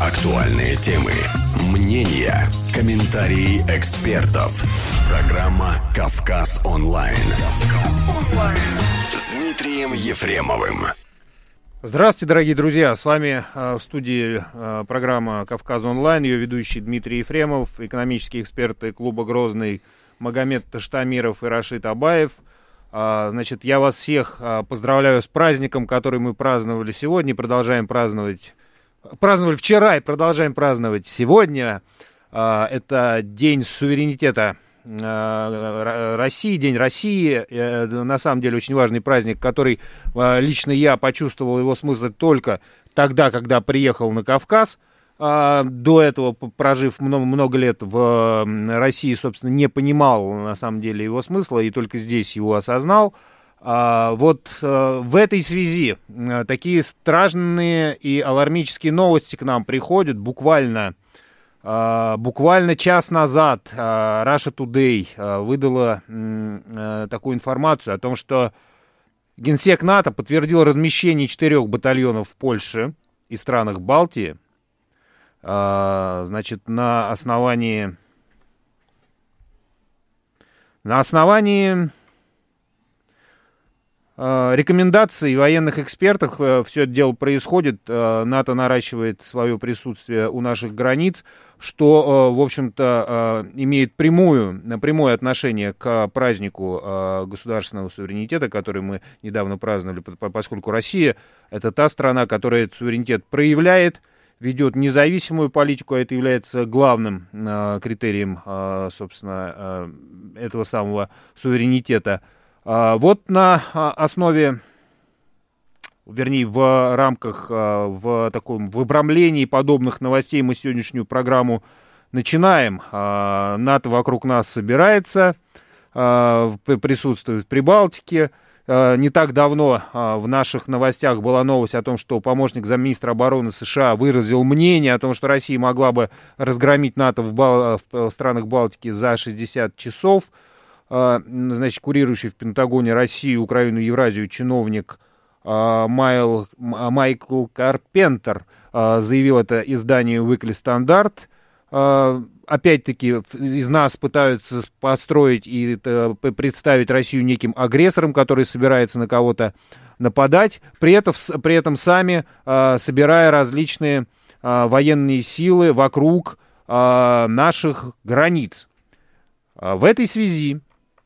Актуальные темы, мнения, комментарии экспертов. Программа «Кавказ онлайн». С Дмитрием Ефремовым. Здравствуйте, дорогие друзья! С вами в студии программа «Кавказ онлайн», ее ведущий Дмитрий Ефремов, экономические эксперты клуба «Грозный» Магомед Таштамиров и Рашид Абаев. Значит, я вас всех поздравляю с праздником, который мы праздновали сегодня и продолжаем праздновать. Праздновали вчера и продолжаем праздновать сегодня. Это День суверенитета России, День России. На самом деле очень важный праздник, который лично я почувствовал его смысл только тогда, когда приехал на Кавказ. До этого, прожив много лет в России, собственно, не понимал на самом деле его смысла и только здесь его осознал. Вот в этой связи такие страшные и алармические новости к нам приходят. Буквально час назад Russia Today выдала такую информацию о том, что Генсек НАТО подтвердил размещение 4 батальонов в Польше и странах Балтии. Значит, на основании рекомендаций военных экспертов все это дело происходит. НАТО наращивает свое присутствие у наших границ, что, в общем-то, имеет прямое отношение к празднику государственного суверенитета, который мы недавно праздновали, поскольку Россия — это та страна, которая этот суверенитет проявляет, ведет независимую политику, а это является главным критерием, собственно, этого самого суверенитета. Вот на основе, вернее, в рамках, в таком обрамлении подобных новостей мы сегодняшнюю программу начинаем. НАТО вокруг нас собирается, присутствует в Прибалтике. Не так давно в наших новостях была новость о том, что помощник замминистра обороны США выразил мнение о том, что Россия могла бы разгромить НАТО в странах Балтики за 60 часов. Значит, курирующий в Пентагоне Россию, Украину, Евразию чиновник Майкл Карпентер заявил это изданию Weekly Standard. Опять-таки из нас пытаются построить и представить Россию неким агрессором, который собирается на кого-то нападать, при этом сами собирая различные военные силы вокруг наших границ. В этой связи,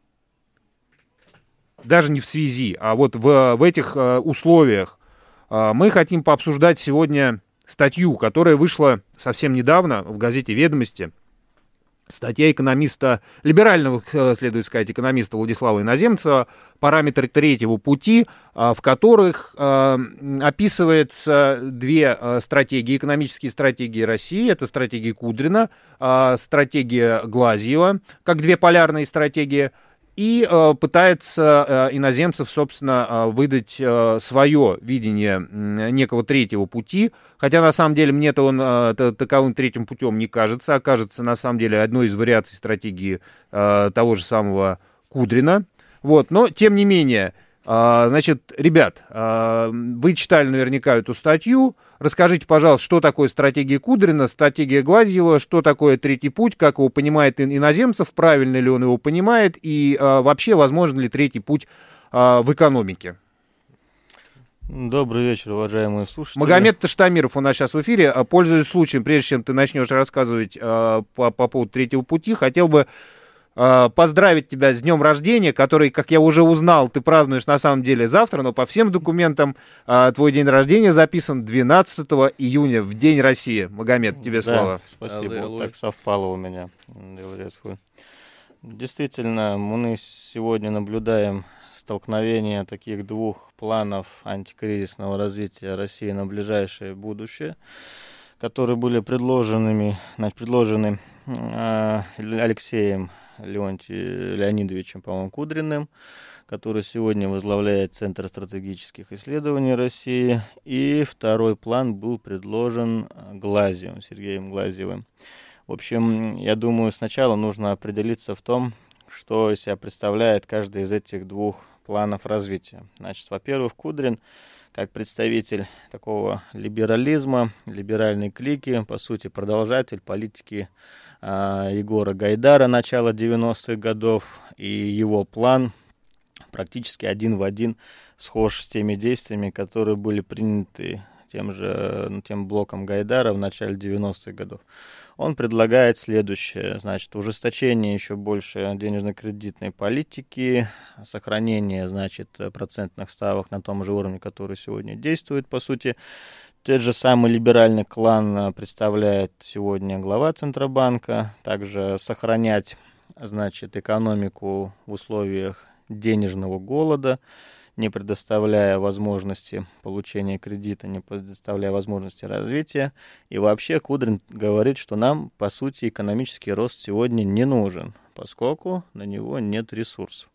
даже не в связи, а вот в этих условиях мы хотим пообсуждать сегодня статью, которая вышла совсем недавно в газете «Ведомости». Статья экономиста, либерального, следует сказать, экономиста Владислава Иноземцева «Параметры третьего пути», в которых описываются две стратегии, экономические стратегии России. Это стратегия Кудрина, стратегия Глазьева, как две полярные стратегии. И пытается Иноземцев, собственно, выдать свое видение некого третьего пути, хотя на самом деле мне-то он таковым третьим путем не кажется, а кажется на самом деле одной из вариаций стратегии того же самого Кудрина. Вот. Но, тем не менее, значит, ребят, вы читали наверняка эту статью. Расскажите, пожалуйста, что такое стратегия Кудрина, стратегия Глазьева, что такое третий путь, как его понимает Иноземцев, правильно ли он его понимает, и вообще возможен ли третий путь в экономике. Добрый вечер, уважаемые слушатели. Магомед Таштамиров у нас сейчас в эфире. Пользуясь случаем, прежде чем ты начнешь рассказывать по поводу третьего пути, хотел бы поздравить тебя с днем рождения, который, как я уже узнал, ты празднуешь на самом деле завтра, но по всем документам твой день рождения записан 12 июня, в День России. Магомед, тебе слово. Спасибо, вот так совпало у меня. Действительно, мы сегодня наблюдаем столкновение таких двух планов антикризисного развития России на ближайшее будущее, которые были предложены Алексеем Леонидовичем, по-моему, Кудриным, который сегодня возглавляет Центр стратегических исследований России. И второй план был предложен Сергеем Глазьевым. В общем, я думаю, сначала нужно определиться в том, что из себя представляет каждый из этих двух планов развития. Значит, во-первых, Кудрин как представитель такого либерализма, либеральной клики, по сути, продолжатель политики Егора Гайдара начала 90-х годов, и его план практически один в один схож с теми действиями, которые были приняты тем блоком Гайдара в начале 90-х годов. Он предлагает следующее, значит, ужесточение еще больше денежно-кредитной политики, сохранение, значит, процентных ставок на том же уровне, который сегодня действует, по сути. Тот же самый либеральный клан представляет сегодня глава Центробанка, также сохранять, значит, экономику в условиях денежного голода, не предоставляя возможности получения кредита, не предоставляя возможности развития. И вообще Кудрин говорит, что нам, по сути, экономический рост сегодня не нужен, поскольку на него нет ресурсов.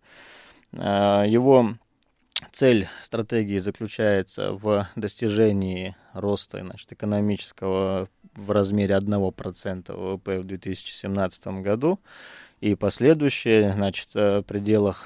Его цель стратегии заключается в достижении роста, значит, экономического в размере 1% ВВП в 2017 году. И последующие, значит, в пределах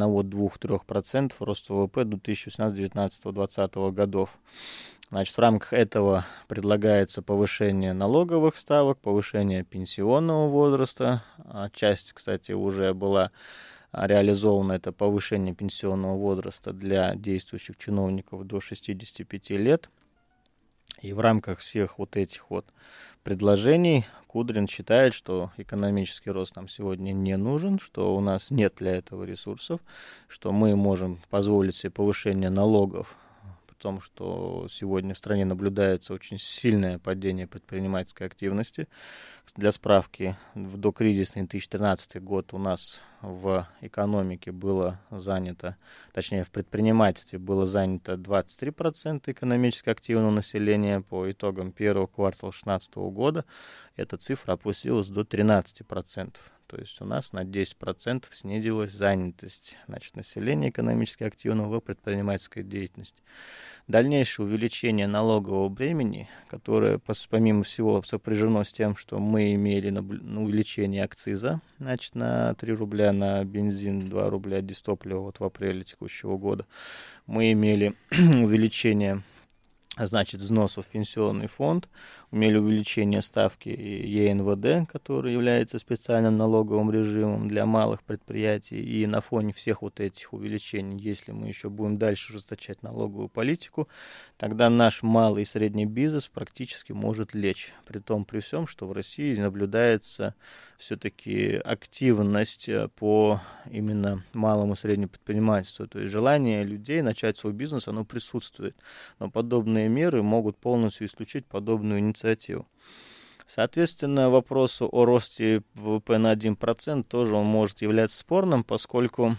1-2-3% роста ВВП до 2018, 19, 20 годов. Значит, в рамках этого предлагается повышение налоговых ставок, повышение пенсионного возраста. Часть, кстати, уже была реализовано, это повышение пенсионного возраста для действующих чиновников до 65 лет. И в рамках всех вот этих вот предложений Кудрин считает, что экономический рост нам сегодня не нужен, что у нас нет для этого ресурсов, что мы можем позволить себе повышение налогов, при том, что сегодня в стране наблюдается очень сильное падение предпринимательской активности. Для справки, в докризисный 2013 год у нас в экономике было занято, точнее в предпринимательстве было занято 23% экономически активного населения. По итогам первого квартала 2016 года эта цифра опустилась до 13%. То есть у нас на 10% снизилась занятость, значит, населения экономически активного в предпринимательской деятельности. Дальнейшее увеличение налогового бремени, которое, помимо всего, сопряжено с тем, что мы имели увеличение акциза, значит, на 3 рубля на бензин, 2 рубля дизтопливо вот в апреле текущего года. Мы имели увеличение, значит, взносов в пенсионный фонд, имели увеличение ставки ЕНВД, который является специальным налоговым режимом для малых предприятий. И на фоне всех вот этих увеличений, если мы еще будем дальше ужесточать налоговую политику, тогда наш малый и средний бизнес практически может лечь. При всем, что в России наблюдается все-таки активность по именно малому и среднему предпринимательству. То есть желание людей начать свой бизнес, оно присутствует. Но подобные меры могут полностью исключить подобную инициативу. Соответственно, вопросу о росте ВВП на 1% тоже он может являться спорным, поскольку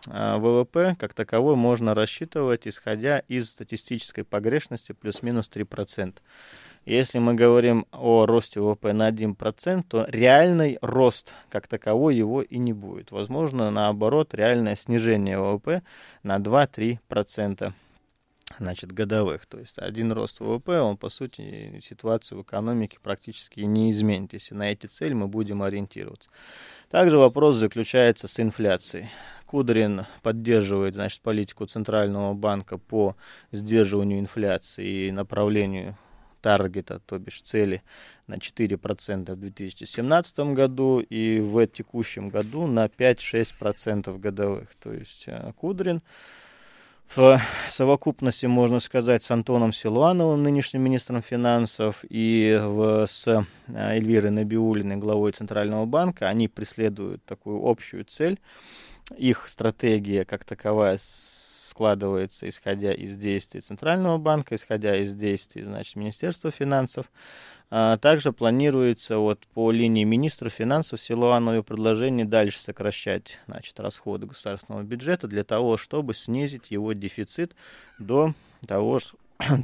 ВВП как таковой можно рассчитывать, исходя из статистической погрешности плюс-минус 3%. Если мы говорим о росте ВВП на 1%, то реальный рост как таковой его и не будет. Возможно, наоборот, реальное снижение ВВП на 2-3%. Значит, годовых. То есть один рост ВВП, он, по сути, ситуацию в экономике практически не изменит, если на эти цели мы будем ориентироваться. Также вопрос заключается с инфляцией. Кудрин поддерживает, значит, политику Центрального банка по сдерживанию инфляции и направлению таргета, то бишь цели на 4% в 2017 году и в текущем году на 5-6% годовых. То есть Кудрин в совокупности, можно сказать, с Антоном Силуановым, нынешним министром финансов, и с Эльвирой Набиуллиной, главой Центрального банка, они преследуют такую общую цель. Их стратегия как таковая складывается, исходя из действий Центрального банка, исходя из действий, значит, Министерства финансов. Также планируется вот по линии министра финансов Силуанову предложение дальше сокращать, значит, расходы государственного бюджета для того, чтобы снизить его дефицит до того же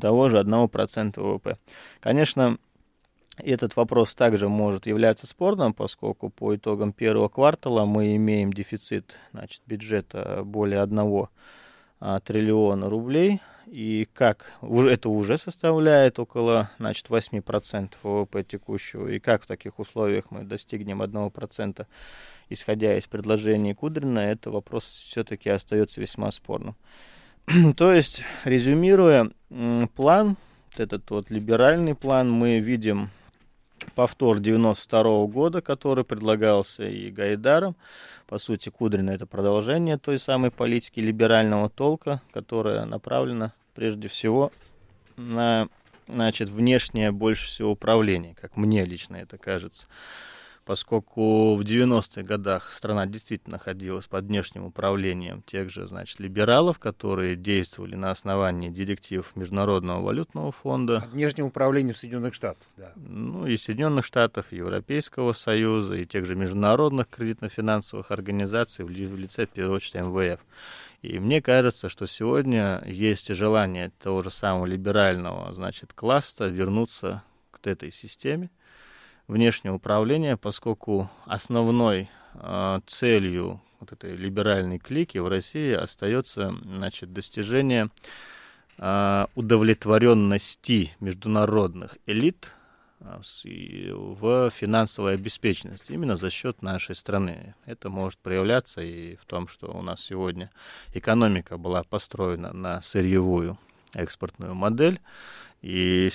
1% ВВП. Конечно, этот вопрос также может являться спорным, поскольку по итогам первого квартала мы имеем дефицит, значит, бюджета более 1 триллиона рублей, и как это уже составляет около, значит, 8% ВВП текущего, и как в таких условиях мы достигнем 1%, исходя из предложений Кудрина, это вопрос все-таки остается весьма спорным. То есть, резюмируя, план, этот вот либеральный план, мы видим повтор 92 года, который предлагался и Гайдаром. По сути, Кудрина — это продолжение той самой политики либерального толка, которая направлена прежде всего на, внешнее больше всего управление, как мне лично это кажется. Поскольку в 90-х годах страна действительно находилась под внешним управлением тех же, либералов, которые действовали на основании директив Международного валютного фонда. Под внешним управлением Соединенных Штатов, да. Ну, и Соединенных Штатов, и Европейского Союза, и тех же международных кредитно-финансовых организаций в лице, в первую очередь, МВФ. И мне кажется, что сегодня есть желание того же самого либерального, класса вернуться к этой системе внешнего управления, поскольку основной целью вот этой либеральной клики в России остается, достижение удовлетворенности международных элит в финансовой обеспеченности именно за счет нашей страны. Это может проявляться и в том, что у нас сегодня экономика была построена на сырьевую экспортную модель, и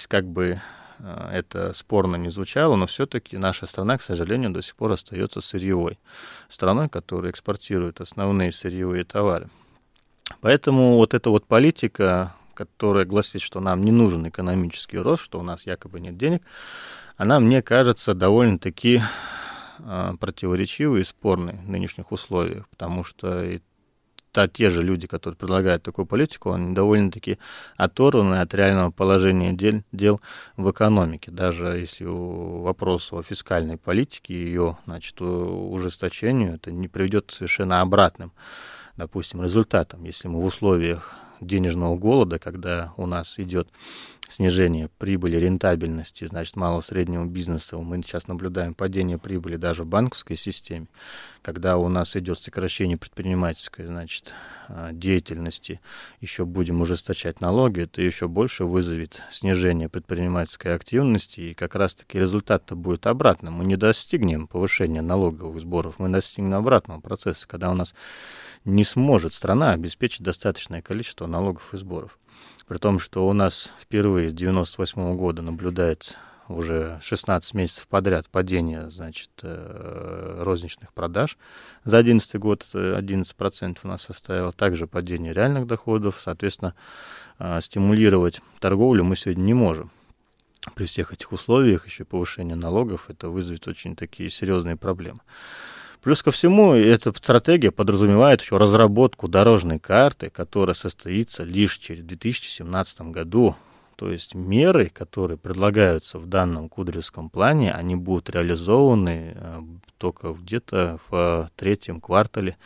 это спорно не звучало, но все-таки наша страна, к сожалению, до сих пор остается сырьевой страной, которая экспортирует основные сырьевые товары. Поэтому вот эта вот политика, которая гласит, что нам не нужен экономический рост, что у нас якобы нет денег, она, мне кажется, довольно-таки противоречивой и спорной в нынешних условиях, потому что те же люди, которые предлагают такую политику, они довольно-таки оторваны от реального положения дел в экономике. Даже если вопрос о фискальной политике и ее, ужесточению, это не приведет к совершенно обратным, допустим, результатам. Если мы в условиях денежного голода, когда у нас идет снижение прибыли, рентабельности, малого и среднего бизнеса, мы сейчас наблюдаем падение прибыли даже в банковской системе, когда у нас идет сокращение предпринимательской, деятельности, еще будем ужесточать налоги, это еще больше вызовет снижение предпринимательской активности, и как раз-таки результат-то будет обратным. Мы не достигнем повышения налоговых сборов, мы достигнем обратного процесса, когда у нас не сможет страна обеспечить достаточное количество налогов и сборов. При том, что у нас впервые с 1998 года наблюдается уже 16 месяцев подряд падение, розничных продаж. За 2011 год 11% у нас составило, также падение реальных доходов. Соответственно, стимулировать торговлю мы сегодня не можем. При всех этих условиях еще повышение налогов, это вызовет очень такие серьезные проблемы. Плюс ко всему, эта стратегия подразумевает еще разработку дорожной карты, которая состоится лишь через 2017 году. То есть меры, которые предлагаются в данном Кудринском плане, они будут реализованы только где-то в третьем квартале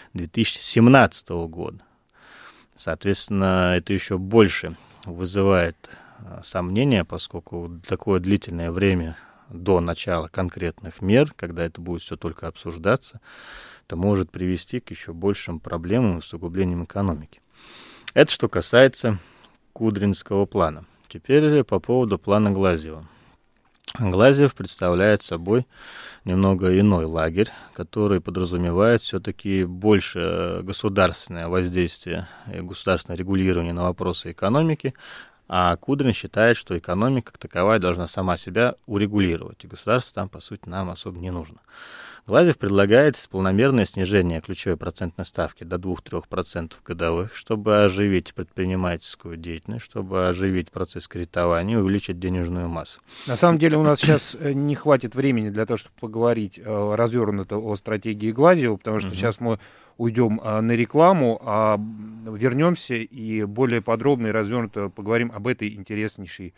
2017 года. Соответственно, это еще больше вызывает сомнения, поскольку такое длительное время до начала конкретных мер, когда это будет все только обсуждаться, это может привести к еще большим проблемам и усугублениям экономики. Это что касается Кудринского плана. Теперь по поводу плана Глазьева. Глазьев представляет собой немного иной лагерь, который подразумевает все-таки больше государственное воздействие и государственное регулирование на вопросы экономики, а Кудрин считает, что экономика как таковая должна сама себя урегулировать, и государство там, по сути, нам особо не нужно. Глазьев предлагает планомерное снижение ключевой процентной ставки до 2-3% годовых, чтобы оживить предпринимательскую деятельность, чтобы оживить процесс кредитования и увеличить денежную массу. На самом деле у нас сейчас не хватит времени для того, чтобы поговорить развернуто о стратегии Глазьева, потому что сейчас мы уйдем на рекламу, а вернемся и более подробно и развернуто поговорим об этой интереснейшей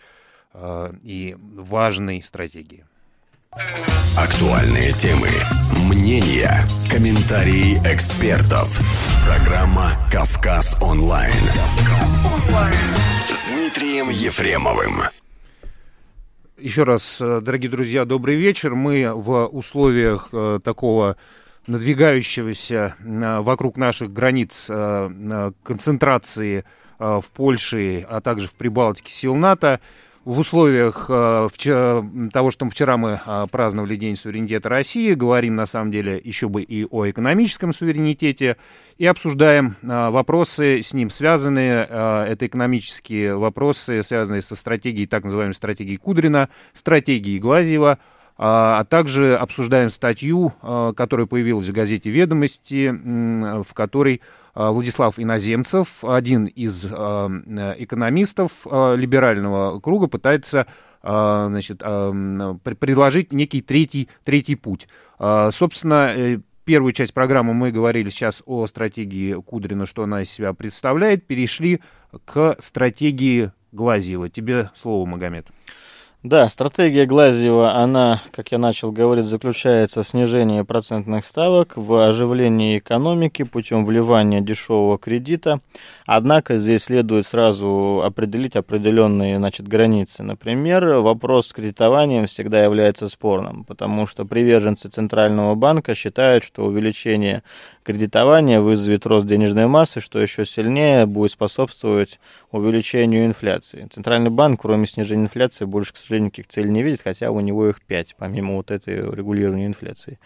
и важной стратегии. Актуальные темы, мнения, комментарии экспертов. Программа «Кавказ Онлайн». С Дмитрием Ефремовым. Еще раз, дорогие друзья, добрый вечер. Мы в условиях такого надвигающегося вокруг наших границ концентрации в Польше, а также в Прибалтике сил НАТО, в условиях того, что вчера мы праздновали День суверенитета России, говорим на самом деле еще бы и о экономическом суверенитете, и обсуждаем вопросы с ним связанные. Это экономические вопросы, связанные со стратегией, так называемой стратегией Кудрина, стратегией Глазьева, а также обсуждаем статью, которая появилась в газете «Ведомости», в которой Владислав Иноземцев, один из экономистов либерального круга, пытается предложить некий третий путь. Собственно, первую часть программы мы говорили сейчас о стратегии Кудрина, что она из себя представляет. Перешли к стратегии Глазьева. Тебе слово, Магомед. Да, стратегия Глазьева, она, как я начал говорить, заключается в снижении процентных ставок, в оживлении экономики путем вливания дешевого кредита. Однако здесь следует сразу определить определенные, границы. Например, вопрос с кредитованием всегда является спорным, потому что приверженцы Центрального банка считают, что увеличение кредитования вызовет рост денежной массы, что еще сильнее будет способствовать увеличению инфляции. Центральный банк, кроме снижения инфляции, больше, к сожалению, никаких целей не видит, хотя у него их 5, помимо вот этой регулирования инфляции.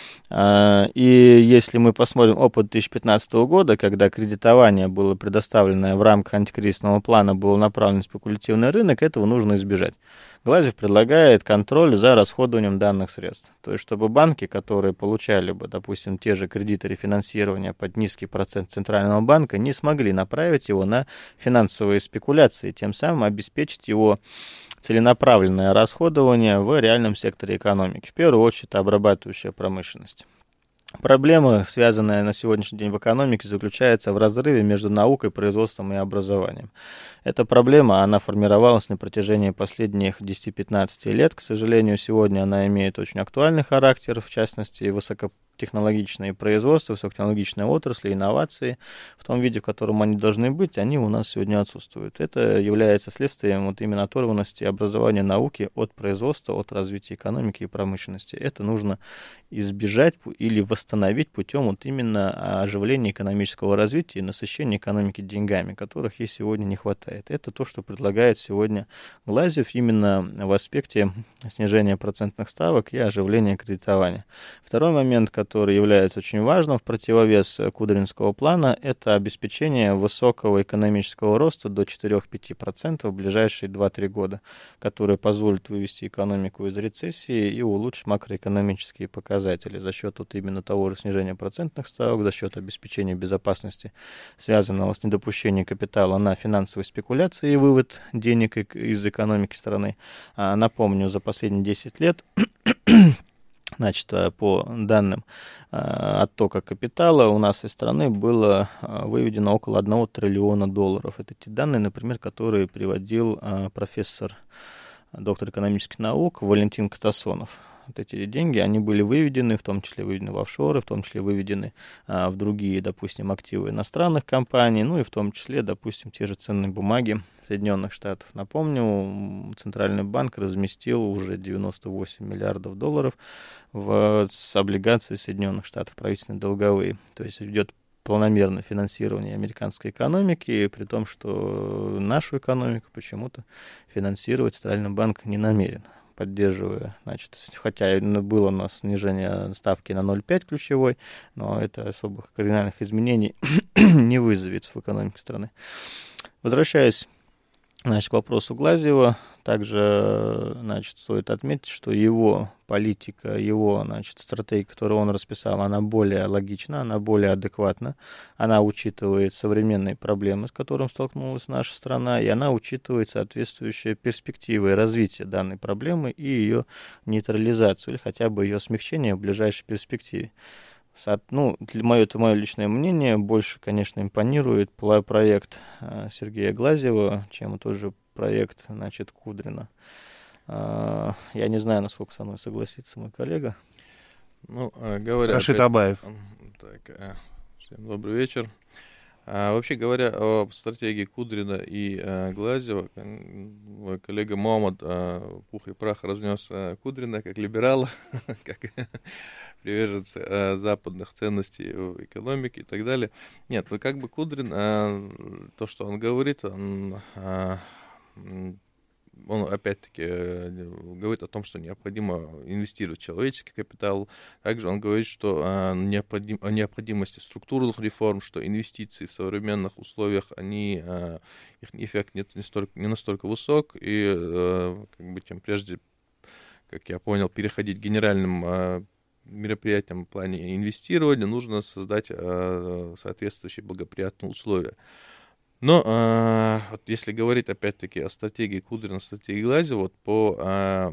И если мы посмотрим опыт 2015 года, когда кредитование было предоставлено в рамках антикризисного плана, было направлено на спекулятивный рынок, этого нужно избежать. Глазьев предлагает контроль за расходованием данных средств. То есть, чтобы банки, которые получали бы, допустим, те же кредиты рефинансирования под низкий процент Центрального банка, не смогли направить его на финансовые спекуляции, тем самым обеспечить его целенаправленное расходование в реальном секторе экономики. В первую очередь, это обрабатывающая промышленность. Проблема, связанная на сегодняшний день в экономике, заключается в разрыве между наукой, производством и образованием. Эта проблема, она формировалась на протяжении последних 10-15 лет. К сожалению, сегодня она имеет очень актуальный характер, в частности, высокотехнологичные производства, высокотехнологичные отрасли, инновации в том виде, в котором они должны быть, они у нас сегодня отсутствуют. Это является следствием вот именно оторванности образования науки от производства, от развития экономики и промышленности. Это нужно избежать или восстановить путем вот именно оживления экономического развития и насыщения экономики деньгами, которых ей сегодня не хватает. Это то, что предлагает сегодня Глазьев именно в аспекте снижения процентных ставок и оживления кредитования. Второй момент, который является очень важным в противовес Кудринского плана, это обеспечение высокого экономического роста до 4-5% в ближайшие 2-3 года, который позволит вывести экономику из рецессии и улучшить макроэкономические показатели за счет вот именно того же снижения процентных ставок, за счет обеспечения безопасности, связанного с недопущением капитала на финансовые спекуляции и вывод денег из экономики страны. Напомню, за последние 10 лет по данным оттока капитала у нас из страны было выведено около 1 триллиона долларов. Это те данные, например, которые приводил профессор, доктор экономических наук Валентин Катасонов. Вот эти деньги, они были выведены, в том числе выведены в офшоры, в том числе выведены в другие, допустим, активы иностранных компаний, ну и в том числе, допустим, те же ценные бумаги Соединенных Штатов. Напомню, Центральный банк разместил уже 98 миллиардов долларов с облигаций Соединенных Штатов, правительственные долговые. То есть идет планомерное финансирование американской экономики, при том, что нашу экономику почему-то финансировать Центральный банк не намерен, поддерживая, хотя было у нас снижение ставки на 0,5 ключевой, но это особых кардинальных изменений не вызовет в экономике страны. Возвращаясь, к вопросу Глазьева, также, стоит отметить, что его политика, его, стратегия, которую он расписал, она более логична, она более адекватна, она учитывает современные проблемы, с которыми столкнулась наша страна, и она учитывает соответствующие перспективы развития данной проблемы и ее нейтрализацию, или хотя бы ее смягчение в ближайшей перспективе. Это мое личное мнение, больше, конечно, импонирует проект Сергея Глазьева, чем тот же проект, Кудрина. Я не знаю, насколько со мной согласится мой коллега. Рашид Абаев. Всем добрый вечер. Вообще говоря о стратегии Кудрина и Глазьева, мой коллега Мохаммад пух и прах разнес Кудрина как либерала, как приверженца западных ценностей в экономике и так далее. Нет, Кудрин, то, что он говорит, он он опять-таки говорит о том, что необходимо инвестировать в человеческий капитал. Также он говорит, что о необходимости структурных реформ, что инвестиции в современных условиях, их эффект не настолько высок, и чем прежде, как я понял, переходить к генеральным мероприятиям в плане инвестирования, нужно создать соответствующие благоприятные условия. Но вот если говорить опять-таки о стратегии Кудрина, стратегии Глазьева, вот по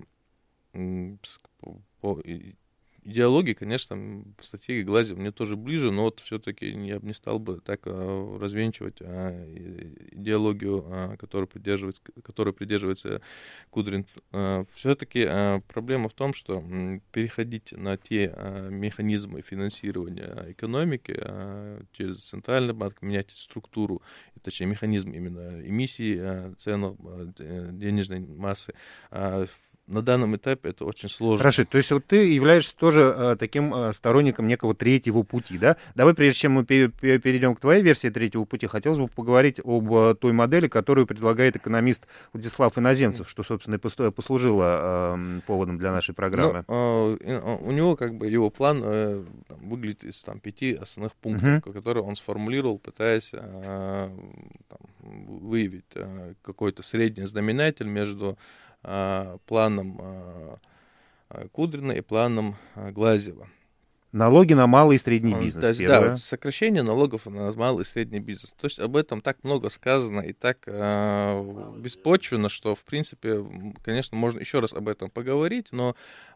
идеологии, конечно, стратегия Глазьева мне тоже ближе, но вот все-таки я бы не стал бы так развенчивать идеологию, которой придерживается Кудрин. Все-таки проблема в том, что переходить на те механизмы финансирования экономики через центральный банк, менять структуру, точнее механизм именно эмиссии ценных денежной массы, на данном этапе это очень сложно. Хорошо, то есть вот ты являешься тоже таким сторонником некого третьего пути, да? Давай, прежде чем мы перейдем к твоей версии третьего пути, хотелось бы поговорить об той модели, которую предлагает экономист Владислав Иноземцев, что, собственно, и послужило поводом для нашей программы. У него его план выглядит из 5 основных пунктов, которые он сформулировал, пытаясь выявить какой-то средний знаменатель между планом Кудрина и планом Глазьева. Налоги на малый и средний бизнес. Да, вот сокращение налогов на малый и средний бизнес. То есть об этом так много сказано и так беспочвенно, что, в принципе, конечно, можно еще раз об этом поговорить, но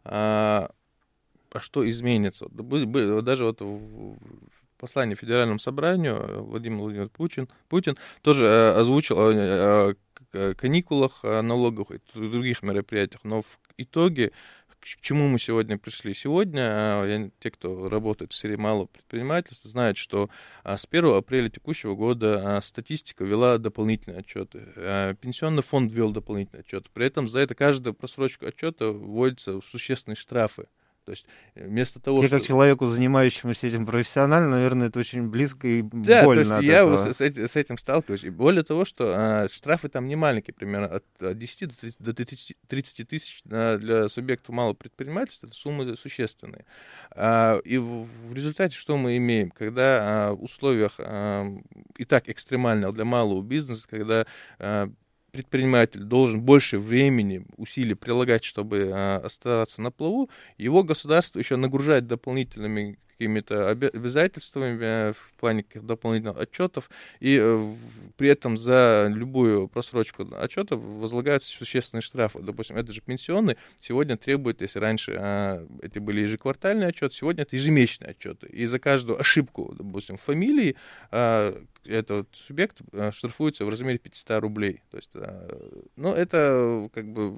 что изменится? Даже вот в послании Федеральному собранию Владимир Владимирович Путин тоже озвучил о каникулах, налоговых и других мероприятиях, но в итоге к чему мы сегодня пришли? Сегодня те, кто работает в сфере малого предпринимательства, знают, что с 1 апреля текущего года статистика ввела дополнительные отчеты, пенсионный фонд ввел дополнительные отчеты, при этом за это каждую просрочку отчета вводятся существенные штрафы. То есть вместо того, как человеку, занимающемуся этим профессионально, наверное, это очень близко и больно. Да, то есть я с этим сталкиваюсь. И более того, что штрафы там не маленькие, примерно от 10 до 30 тысяч для субъектов малого предпринимательства, это суммы существенные. И в результате что мы имеем? Когда в условиях и так экстремального для малого бизнеса, когда предприниматель должен больше времени, усилий прилагать, чтобы оставаться на плаву, его государство еще нагружает дополнительными какими-то обязательствами в плане дополнительных отчетов, и при этом за любую просрочку отчета возлагаются существенные штрафы. Допустим, это же пенсионный сегодня требует, если раньше эти были ежеквартальные отчеты, сегодня это ежемесячные отчеты. И за каждую ошибку, допустим, в фамилии этот субъект штрафуется в размере 500 рублей. То есть, это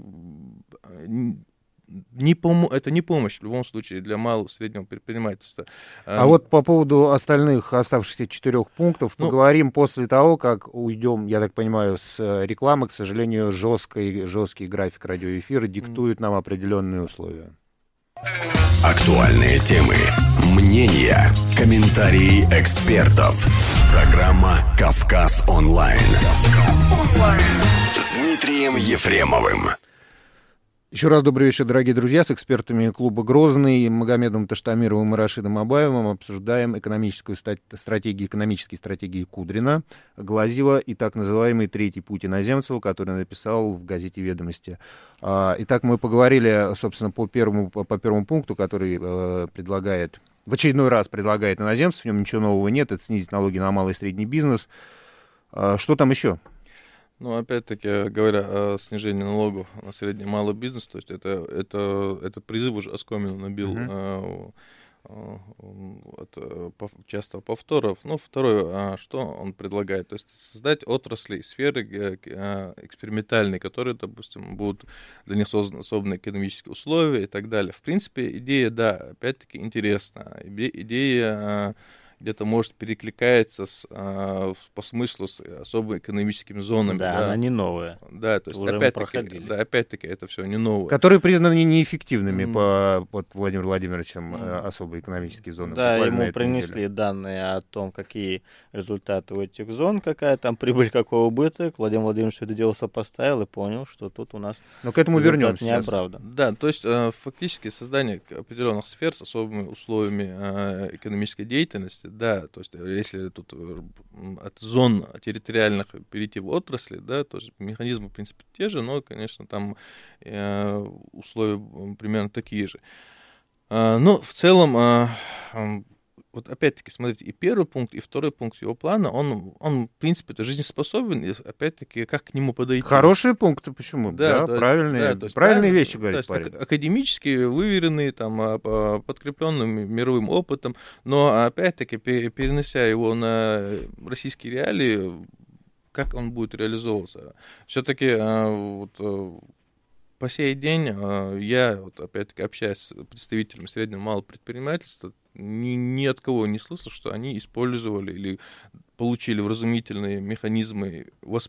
это не помощь в любом случае для малого и среднего предпринимательства. А вот по поводу остальных оставшихся 4 пунктов поговорим после того, как уйдем, я так понимаю, с рекламы. К сожалению, жесткий график радиоэфира диктует нам определенные условия. Актуальные темы, мнения, комментарии экспертов. Программа «Кавказ Онлайн». С Дмитрием Ефремовым. Еще раз добрый вечер, дорогие друзья. С экспертами клуба «Грозный» Магомедом Таштамировым и Рашидом Абаевым обсуждаем экономические стратегии Кудрина, Глазьева и так называемый третий путь Иноземцева, который написал в газете «Ведомости». Итак, мы поговорили, собственно, по первому пункту, который в очередной раз предлагает Иноземцев. В нем ничего нового нет. Это снизить налоги на малый и средний бизнес. Что там еще? Опять-таки, говоря о снижении налогов на средний и малый бизнес, то есть это призыв уже оскомину набил от часто повторов. Второе, что он предлагает, то есть создать отрасли и сферы экспериментальные, которые, допустим, будут для них созданы особенные экономические условия и так далее. В принципе, идея, да, опять-таки интересна. Идея где-то, может, перекликается по смыслу с особо экономическими зонами. Да, она не новая. Да, то есть опять-таки это все не новое. Которые признаны неэффективными под Владимиром Владимировичем особо экономические зоны. Да, ему принесли данные о том, какие результаты у этих зон, какая там прибыль, какой убыток. Владимир Владимирович все это дело сопоставил и понял, что тут у нас но к этому вернемся не оправдан. Да, то есть фактически создание определенных сфер с особыми условиями экономической деятельности, да, то есть если тут от зон территориальных перейти в отрасли, да, то есть механизмы, в принципе, те же, но, конечно, там условия примерно такие же. Но в целом, вот опять-таки, смотрите, и первый пункт, и второй пункт его плана, он в принципе, это жизнеспособен, и опять-таки, как к нему подойти. Хорошие пункты, почему? Да, правильные вещи, говорит парень. Академически выверенные, там, подкрепленным мировым опытом, но опять-таки, перенося его на российские реалии, как он будет реализовываться? Все-таки вот по сей день я, вот, опять-таки, общаясь с представителями среднего и малого предпринимательства, ни от кого не слышал, что они использовали или получили вразумительные механизмы,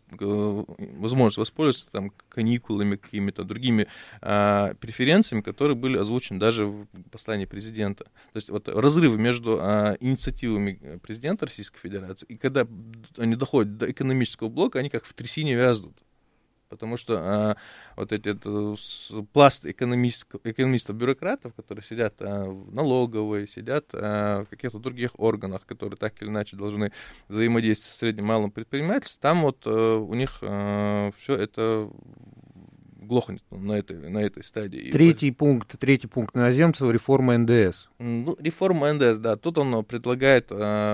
возможность воспользоваться там каникулами, какими-то другими преференциями, которые были озвучены даже в послании президента. То есть вот разрывы между инициативами президента Российской Федерации, и когда они доходят до экономического блока, они как в трясине вязнут. Потому что вот этот пласт экономистов-бюрократов, которые сидят в налоговой, сидят в каких-то других органах, которые так или иначе должны взаимодействовать с средним и малым предпринимательством, там вот у них все это глохнет на этой стадии. Третий пункт Иноземцева — реформа НДС. Ну, реформа НДС, да. Тут он предлагает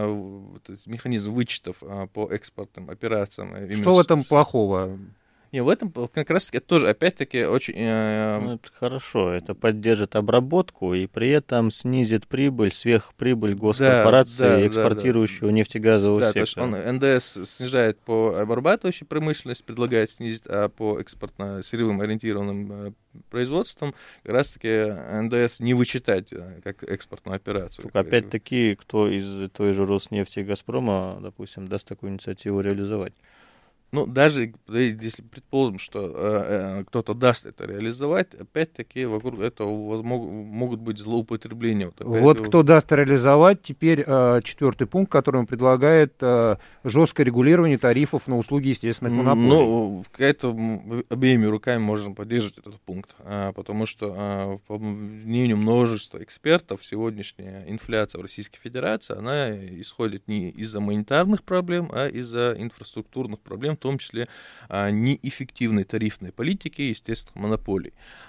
механизм вычетов по экспортным операциям. Что в этом плохого? И в этом как раз-таки тоже, опять-таки, очень... Ну, это хорошо, это поддержит обработку и при этом снизит прибыль, сверхприбыль госкорпорации, экспортирующего нефтегазового сектора. То есть он НДС снижает по обрабатывающей промышленности, предлагает снизить, а по экспортно-сырьевым ориентированным производствам как раз-таки НДС не вычитать как экспортную операцию. Только опять-таки, кто из той же Роснефти и Газпрома, допустим, даст такую инициативу реализовать? Ну, даже если предположим, что кто-то даст это реализовать, опять-таки вокруг этого могут быть злоупотребления. Кто даст реализовать, теперь четвертый пункт, который он предлагает, жесткое регулирование тарифов на услуги естественных монополий. Ну, это обеими руками можно поддерживать этот пункт, потому что, по мнению множества экспертов, сегодняшняя инфляция в Российской Федерации, она исходит не из-за монетарных проблем, а из-за инфраструктурных проблем, в том числе неэффективной тарифной политики и естественных монополий.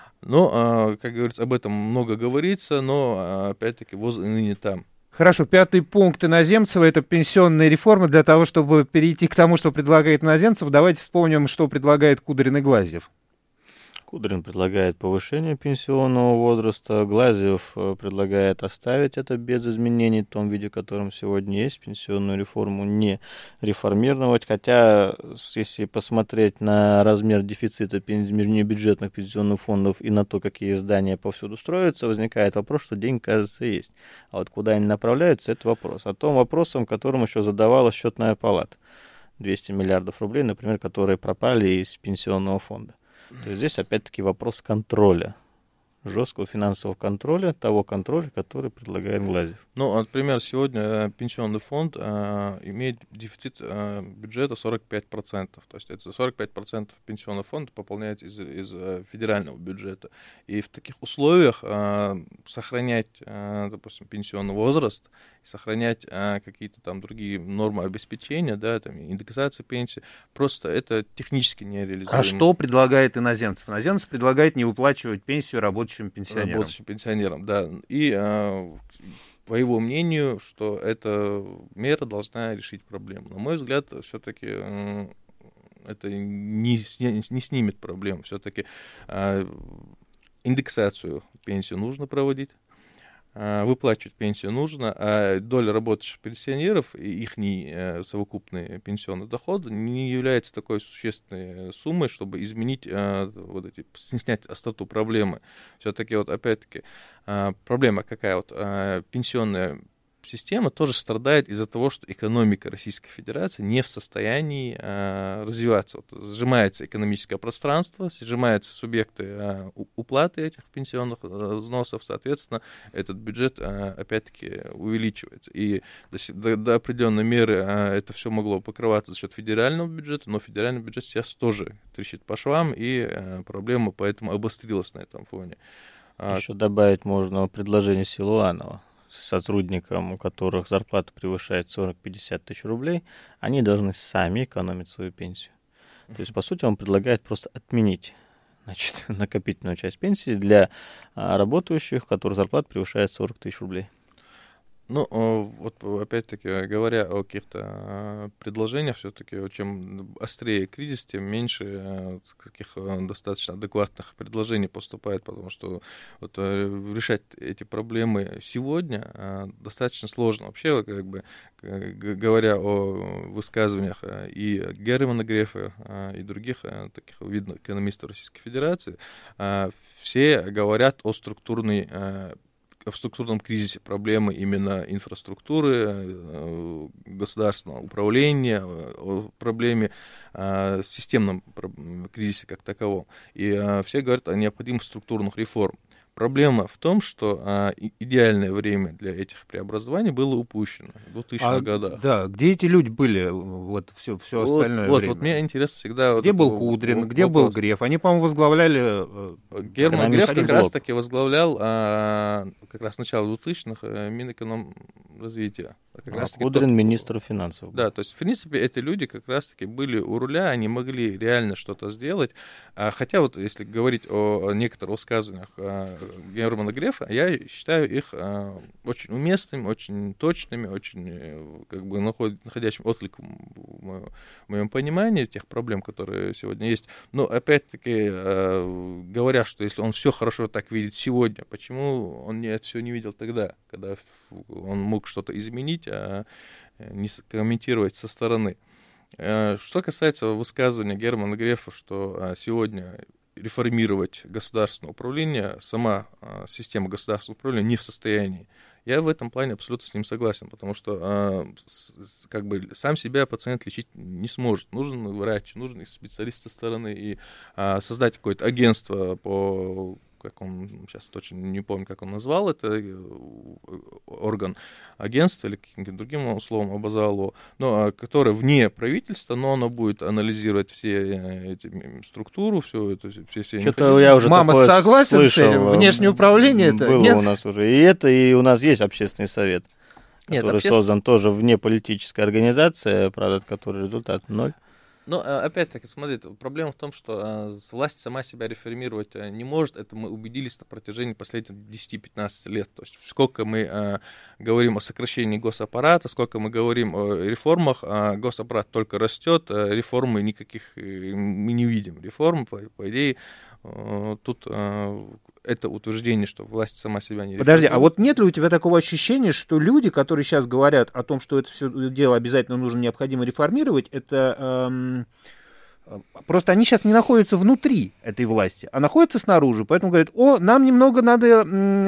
Но, как говорится, об этом много говорится, но, опять-таки, ВОЗ и ныне там. Хорошо, пятый пункт Иноземцева — это пенсионная реформа. Для того, чтобы перейти к тому, что предлагает Иноземцев, давайте вспомним, что предлагает Кудрин и Глазьев. Кудрин предлагает повышение пенсионного возраста, Глазьев предлагает оставить это без изменений в том виде, в котором сегодня есть, пенсионную реформу не реформировать, хотя если посмотреть на размер дефицита межбюджетных пенсионных фондов и на то, какие здания повсюду строятся, возникает вопрос, что деньги, кажется, есть. А вот куда они направляются, это вопрос. А том вопросом, которым еще задавала Счетная палата. 200 миллиардов рублей, например, которые пропали из пенсионного фонда. То есть здесь опять-таки вопрос контроля, жесткого финансового контроля, того контроля, который предлагает Глазьев. Ну, например, сегодня пенсионный фонд имеет дефицит бюджета 45%. То есть это 45% пенсионного фонда пополняется из федерального бюджета. И в таких условиях сохранять, допустим, пенсионный возраст, сохранять какие-то там другие нормы обеспечения, да, там, индексация пенсии, просто это технически нереализуемо. А что предлагает Иноземцев? Иноземцев предлагает не выплачивать пенсию рабочим пенсионерам. Работающим пенсионерам, да. И по его мнению, что эта мера должна решить проблему. На мой взгляд, все-таки это не снимет проблем. Все-таки индексацию пенсии нужно проводить. Выплачивать пенсию нужно, а доля работающих пенсионеров и их совокупный пенсионный доход не является такой существенной суммой, чтобы изменить, снять остроту проблемы. Все-таки, вот опять-таки, проблема какая? Вот пенсионная система тоже страдает из-за того, что экономика Российской Федерации не в состоянии развиваться. Вот, сжимается экономическое пространство, сжимаются субъекты уплаты этих пенсионных взносов, соответственно, этот бюджет опять-таки увеличивается. И до определенной меры это все могло покрываться за счет федерального бюджета, но федеральный бюджет сейчас тоже трещит по швам, и проблема поэтому обострилась на этом фоне. Еще добавить можно предложение Силуанова. Сотрудникам, у которых зарплата превышает 40-50 тысяч рублей, они должны сами экономить свою пенсию. То есть, по сути, он предлагает просто отменить, значит, накопительную часть пенсии для работающих, у которых зарплата превышает 40 тысяч рублей. Ну, вот опять-таки, говоря о каких-то предложениях, все-таки, чем острее кризис, тем меньше каких достаточно адекватных предложений поступает, потому что вот, решать эти проблемы сегодня достаточно сложно. Вообще, как бы, говоря о высказываниях и Германа Грефа, и других таких видных экономистов Российской Федерации, все говорят о в структурном кризисе, проблемы именно инфраструктуры, государственного управления, о проблеме системном кризисе как таковом. И все говорят о необходимости структурных реформ. Проблема в том, что идеальное время для этих преобразований было упущено в 2000-х годах. Да, где эти люди были вот все остальное время? Вот мне интересно всегда... Где был Кудрин, где был Греф? Они, по-моему, возглавляли... Герман Греф как раз-таки возглавлял как раз с начала 2000-х Минэкономразвития. Кудрин министр финансов. Да, то есть, в принципе, эти люди как раз-таки были у руля, они могли реально что-то сделать. Хотя вот если говорить о некоторых высказываниях Германа Грефа, я считаю их очень уместными, очень точными, очень как бы находящим отклик в моем понимании тех проблем, которые сегодня есть. Но опять-таки, говоря, что если он все хорошо так видит сегодня, почему он это все не видел тогда, когда он мог что-то изменить, а не комментировать со стороны. Что касается высказывания Германа Грефа, что сегодня реформировать государственное управление, сама система государственного управления не в состоянии. Я в этом плане абсолютно с ним согласен, потому что как бы сам себя пациент лечить не сможет. Нужен врач, нужен специалист со стороны, и создать какое-то агентство по... как он, сейчас точно не помню, как он назвал это, орган агентства или каким-то другим словом обозвал его, но которое вне правительства, но оно будет анализировать все эти структуру, все это, все что-то я уже Мама согласен слышал, с этим? Внешнее управление это? Было Нет? у нас уже. И это, и у нас есть общественный совет, который создан тоже вне политической организации, правда, от которой результат ноль. Но, опять-таки, смотрите, проблема в том, что власть сама себя реформировать не может. Это мы убедились на протяжении последних 10-15 лет. То есть сколько мы говорим о сокращении госаппарата, сколько мы говорим о реформах, госаппарат только растет, реформы никаких мы не видим. Реформы, по идее, тут это утверждение, что власть сама себя не реформирует. Подожди, а вот нет ли у тебя такого ощущения, что люди, которые сейчас говорят о том, что это все дело обязательно нужно, необходимо реформировать, это просто они сейчас не находятся внутри этой власти, а находятся снаружи, поэтому говорят: о, нам немного надо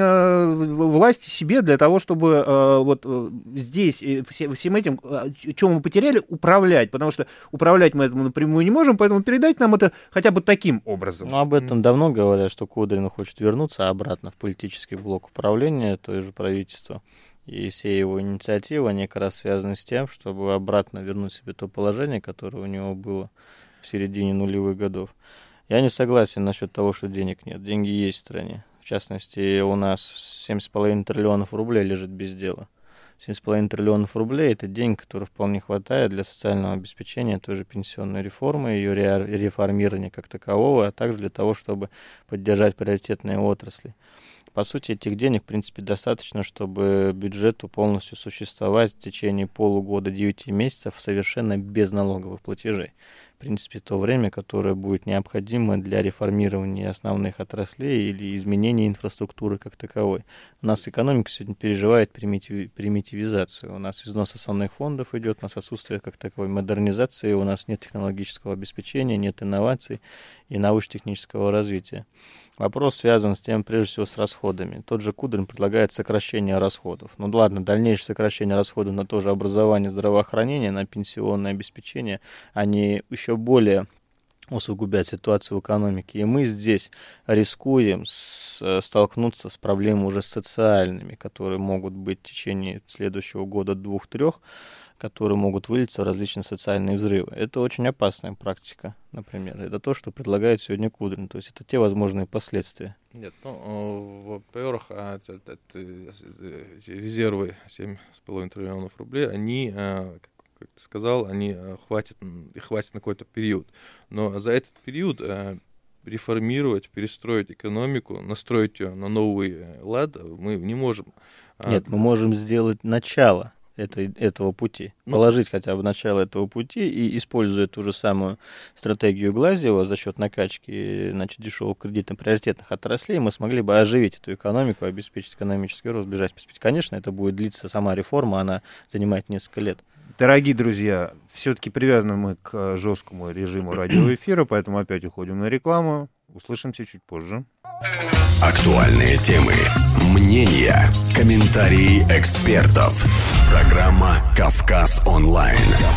власти себе для того, чтобы вот здесь всем этим, что мы потеряли, управлять, потому что управлять мы этому напрямую не можем, поэтому передать нам это хотя бы таким образом. Ну, об этом давно говорят, что Кудрин хочет вернуться обратно в политический блок управления, то же правительства. И все его инициативы, они как раз связаны с тем, чтобы обратно вернуть себе то положение, которое у него было в середине нулевых годов. Я не согласен насчет того, что денег нет. Деньги есть в стране. В частности, у нас 7,5 триллионов рублей лежит без дела. 7,5 триллионов рублей – это деньги, которые вполне хватает для социального обеспечения той же пенсионной реформы, ее реформирования как такового, а также для того, чтобы поддержать приоритетные отрасли. По сути, этих денег, в принципе, достаточно, чтобы бюджету полностью существовать в течение полугода, 9 месяцев совершенно без налоговых платежей. В принципе, то время, которое будет необходимо для реформирования основных отраслей или изменения инфраструктуры как таковой. У нас экономика сегодня переживает примитивизацию. У нас износ основных фондов идет, у нас отсутствие как таковой модернизации, у нас нет технологического обеспечения, нет инноваций. и научно-технического развития. Вопрос связан с тем, прежде всего, с расходами. Тот же Кудрин предлагает сокращение расходов. Ну ладно, дальнейшее сокращение расходов на то же образование, здравоохранение, на пенсионное обеспечение, они еще более усугубят ситуацию в экономике. И мы здесь рискуем столкнуться с проблемами уже социальными, которые могут быть в течение следующего года 2-3, которые могут вылиться в различные социальные взрывы. Это очень опасная практика, например. Это то, что предлагает сегодня Кудрин. То есть это те возможные последствия. Нет, во-первых, резервы 7,5 триллионов рублей, они, как ты сказал, они хватит на какой-то период. Но за этот период реформировать, перестроить экономику, настроить ее на новый лад мы не можем. Нет, мы можем сделать начало этого пути, положить хотя бы начало этого пути и, используя ту же самую стратегию Глазьева за счет накачки, значит, дешевых кредитно-приоритетных отраслей, мы смогли бы оживить эту экономику, обеспечить экономический рост в ближайшей перспективе. Конечно, это будет длиться сама реформа, она занимает несколько лет. Дорогие друзья, все-таки привязаны мы к жесткому режиму радиоэфира, поэтому опять уходим на рекламу. Услышимся чуть позже. Актуальные темы, мнения, комментарии экспертов. Программа «Кавказ онлайн».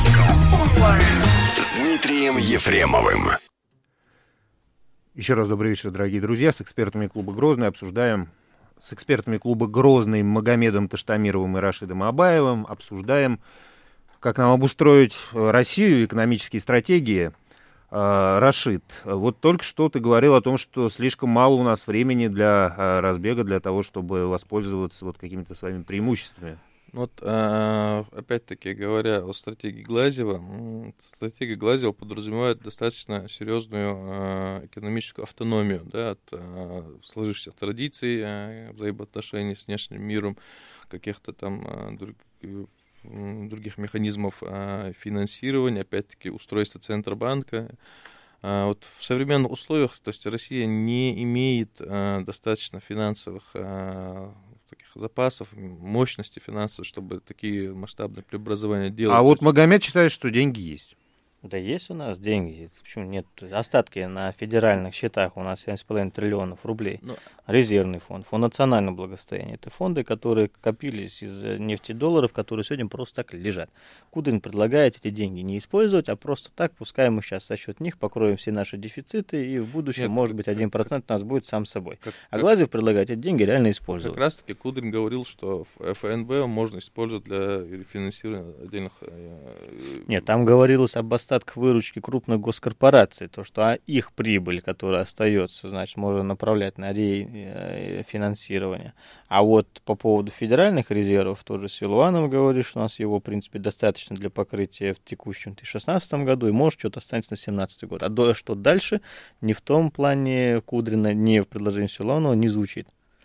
С Дмитрием Ефремовым. Еще раз добрый вечер, дорогие друзья. С экспертами клуба «Грозный» обсуждаем, с экспертами клуба «Грозный» Магомедом Таштамировым и Рашидом Абаевым обсуждаем, как нам обустроить Россию, экономические стратегии. Рашид, вот только что ты говорил о том, что слишком мало у нас времени для разбега, для того, чтобы воспользоваться вот какими-то своими преимуществами. Вот, опять-таки, говоря о стратегии Глазьева, стратегия Глазьева подразумевает достаточно серьезную экономическую автономию, да, от сложившихся традиций взаимоотношений с внешним миром, каких-то там других механизмов финансирования, опять-таки, устройства Центробанка. Вот в современных условиях, то есть Россия не имеет достаточно финансовых таких запасов, мощности финансовой, чтобы такие масштабные преобразования делать. А вот Магомед считает, что деньги есть. Да есть у нас деньги. Почему нет? Остатки на федеральных счетах у нас 7,5 триллионов рублей. Резервный фонд, фонд национального благосостояния. Это фонды, которые копились из нефтедолларов, которые сегодня просто так лежат. Кудрин предлагает эти деньги не использовать, а просто так, пускай мы сейчас за счет них покроем все наши дефициты, и в будущем, может быть, 1% у нас будет сам собой. А Глазьев предлагает эти деньги реально использовать. Как раз-таки Кудрин говорил, что ФНБ можно использовать для финансирования отдельных... Нет, там говорилось об остатках выручки крупных госкорпораций, то, что их прибыль, которая остается, значит, можно направлять на финансирование. А вот по поводу федеральных резервов, тоже Силуанов говорит, что у нас его, в принципе, достаточно для покрытия в текущем 2016 году, и может что-то останется на 2017 год. А что дальше, ни в том плане Кудрина, ни в предложении Силуанова не звучит.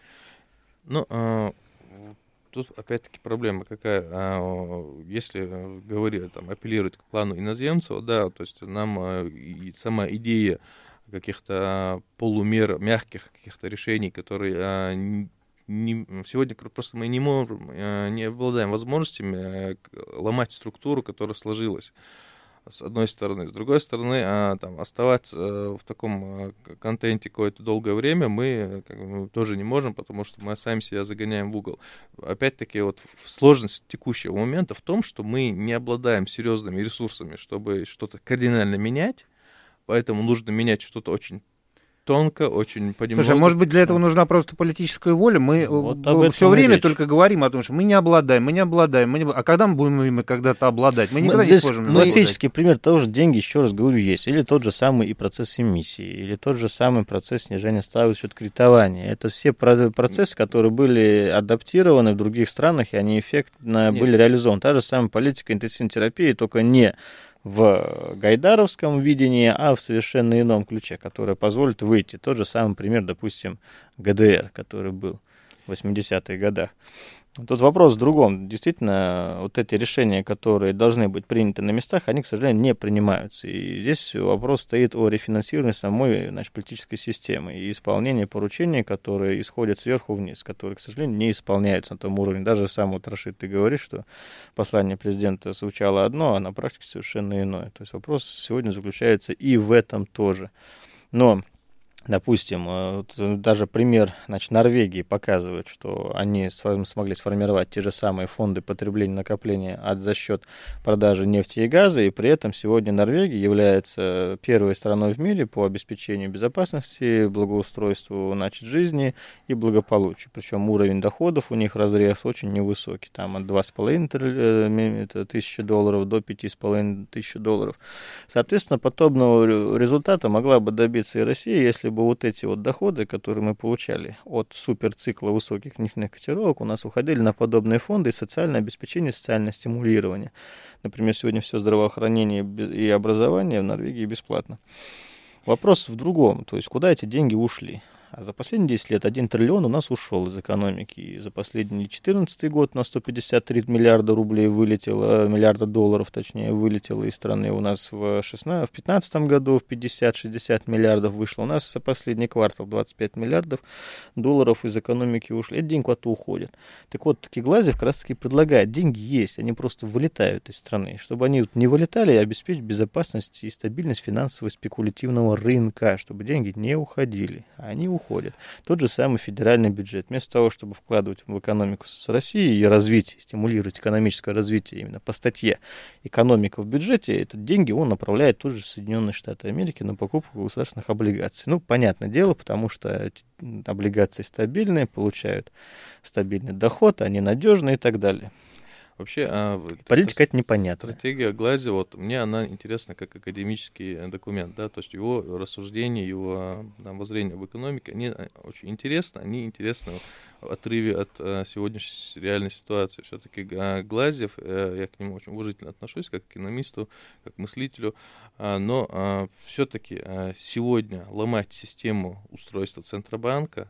Тут опять-таки проблема какая, если говорить, там, апеллировать к плану Иноземцева, да, то есть нам сама идея каких-то полумер, мягких каких-то решений, которые сегодня просто мы не обладаем возможностями ломать структуру, которая сложилась. С одной стороны. С другой стороны, там, оставаться в таком контенте какое-то долгое время мы тоже не можем, потому что мы сами себя загоняем в угол. Опять-таки, вот сложность текущего момента в том, что мы не обладаем серьезными ресурсами, чтобы что-то кардинально менять, поэтому нужно менять что-то очень тонко, очень понемногу. Слушай, может быть, для этого нужна просто политическая воля? Мы все время только говорим о том, что мы не обладаем. А когда мы будем ими когда-то обладать? Мы никогда не сможем. Классический пример того же деньги, еще раз говорю, есть. Или тот же самый и процесс эмиссии, или тот же самый процесс снижения ставок за счет кредитования. Это все процессы, которые были адаптированы в других странах, и они эффектно были реализованы. Та же самая политика интенсивной терапии, только не в гайдаровском видении, а в совершенно ином ключе, которое позволит выйти. Тот же самый пример, допустим, ГДР, который был в 80-х годах. Тут вопрос в другом. Действительно, вот эти решения, которые должны быть приняты на местах, они, к сожалению, не принимаются. И здесь вопрос стоит о рефинансировании самой, значит, политической системы и исполнении поручений, которые исходят сверху вниз, которые, к сожалению, не исполняются на том уровне. Даже сам вот, Рашид, ты говоришь, что послание президента звучало одно, а на практике совершенно иное. То есть вопрос сегодня заключается и в этом тоже. Но допустим, вот даже пример, значит, Норвегии показывает, что они смогли сформировать те же самые фонды потребления и накопления за счет продажи нефти и газа, и при этом сегодня Норвегия является первой страной в мире по обеспечению безопасности, благоустройству, значит, жизни и благополучию. Причем уровень доходов у них разрез очень невысокий, там от 2,5 тысячи долларов до 5,5 тысяч долларов. Соответственно, подобного результата могла бы добиться и Россия, если бы вот эти вот доходы, которые мы получали от суперцикла высоких нефтяных котировок, у нас уходили на подобные фонды и социальное обеспечение, социальное стимулирование. Например, сегодня все здравоохранение и образование в Норвегии бесплатно. Вопрос в другом, то есть куда эти деньги ушли? А за последние 10 лет 1 триллион у нас ушел из экономики. И за последний 2014 год на 153 миллиарда рублей вылетело, миллиарда долларов, точнее, вылетело из страны. У нас в 2015 году в 50-60 миллиардов вышло. У нас за последний квартал 25 миллиардов долларов из экономики ушли. Эти деньги куда-то уходят. Так вот, Глазьев как раз таки предлагает, деньги есть, они просто вылетают из страны. Чтобы они не вылетали, обеспечить безопасность и стабильность финансово-спекулятивного рынка, чтобы деньги не уходили. А они уходят. Тот же самый федеральный бюджет. Вместо того, чтобы вкладывать в экономику с Россией и развитие, стимулировать экономическое развитие именно по статье экономика в бюджете, эти деньги он направляет тоже в Соединенные Штаты Америки на покупку государственных облигаций. Ну, понятное дело, потому что эти облигации стабильные, получают стабильный доход, они надежные и так далее. Вообще, политика это непонятно. Стратегия Глазьева, вот мне она интересна как академический документ, да, то есть его рассуждения, его воззрения в экономике, они очень интересны, они интересны в отрыве от сегодняшней реальной ситуации. Все-таки Глазьев, я к нему очень уважительно отношусь, как к экономисту, как к мыслителю, но все-таки сегодня ломать систему устройства Центробанка,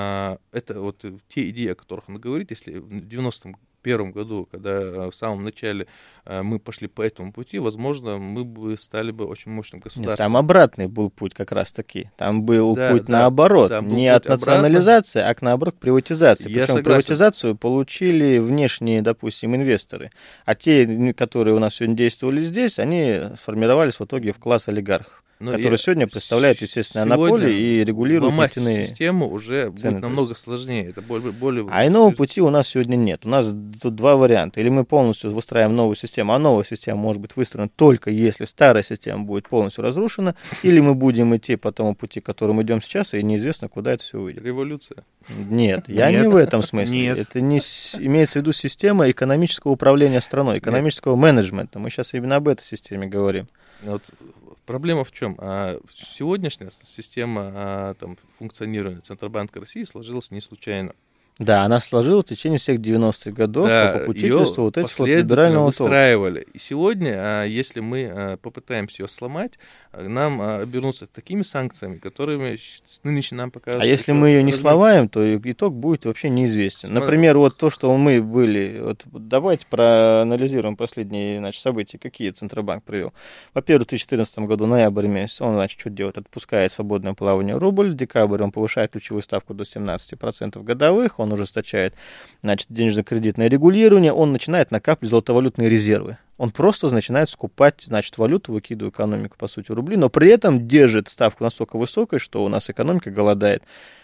это вот те идеи, о которых он говорит, если в 1991 году, когда в самом начале мы пошли по этому пути, возможно, мы бы стали бы очень мощным государством. Нет, там обратный был путь как раз-таки. Там был путь наоборот. Не от национализации, а наоборот к приватизации. Причем приватизацию получили внешние, допустим, инвесторы. А те, которые у нас сегодня действовали здесь, они сформировались в итоге в класс олигархов. Который сегодня представляет, естественно, монополии и регулирует нефтяные систему уже цены, будет намного сложнее. Это более... А иного пути у нас сегодня нет. У нас тут два варианта. Или мы полностью выстраиваем новую систему, а новая система может быть выстроена только если старая система будет полностью разрушена, или мы будем идти по тому пути, которым идем сейчас, и неизвестно, куда это все выйдет. Революция. Нет, я не в этом смысле. Нет. Это не имеется в виду система экономического управления страной, экономического менеджмента. Мы сейчас именно об этой системе говорим. Вот проблема в чем? Сегодняшняя система функционирования Центробанка России сложилась не случайно. Да, она сложилась в течение всех 90-х годов по попечительству вот этих вот либерального выстраивали. И сегодня, если мы попытаемся ее сломать, нам обернутся такими санкциями, которыми нынешне нам показывают. А если мы ее не сломаем, то итог будет вообще неизвестен. Например, вот то, что мы были... Вот, давайте проанализируем последние события, какие Центробанк привел. Во-первых, в 2014 году, ноябрь месяц, он, что делает? Отпускает свободное плавание рубль. В декабре он повышает ключевую ставку до 17% годовых. Он ужесточает, денежно-кредитное регулирование, он начинает накапливать золотовалютные резервы. Он просто начинает скупать, валюту, выкидывая экономику, по сути, в рубли, но при этом держит ставку настолько высокой, что у нас экономика голодает.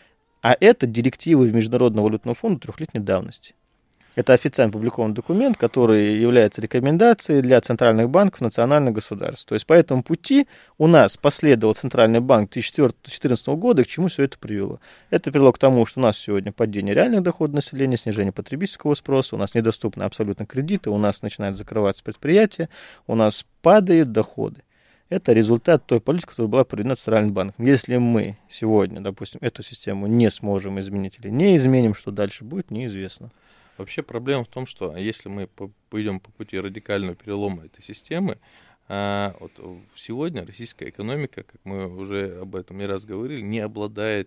А это директивы Международного валютного фонда 3-летней давности. Это официально опубликованный документ, который является рекомендацией для центральных банков национальных государств. То есть по этому пути у нас последовал Центральный банк 2014 года, и к чему все это привело? Это привело к тому, что у нас сегодня падение реальных доходов населения, снижение потребительского спроса, у нас недоступны абсолютно кредиты, у нас начинают закрываться предприятия, у нас падают доходы. Это результат той политики, которая была проведена Центральным банком. Если мы сегодня, допустим, эту систему не сможем изменить или не изменим, что дальше будет, неизвестно. Вообще проблема в том, что если мы пойдем по пути радикального перелома этой системы, вот сегодня российская экономика, как мы уже об этом не раз говорили, не обладает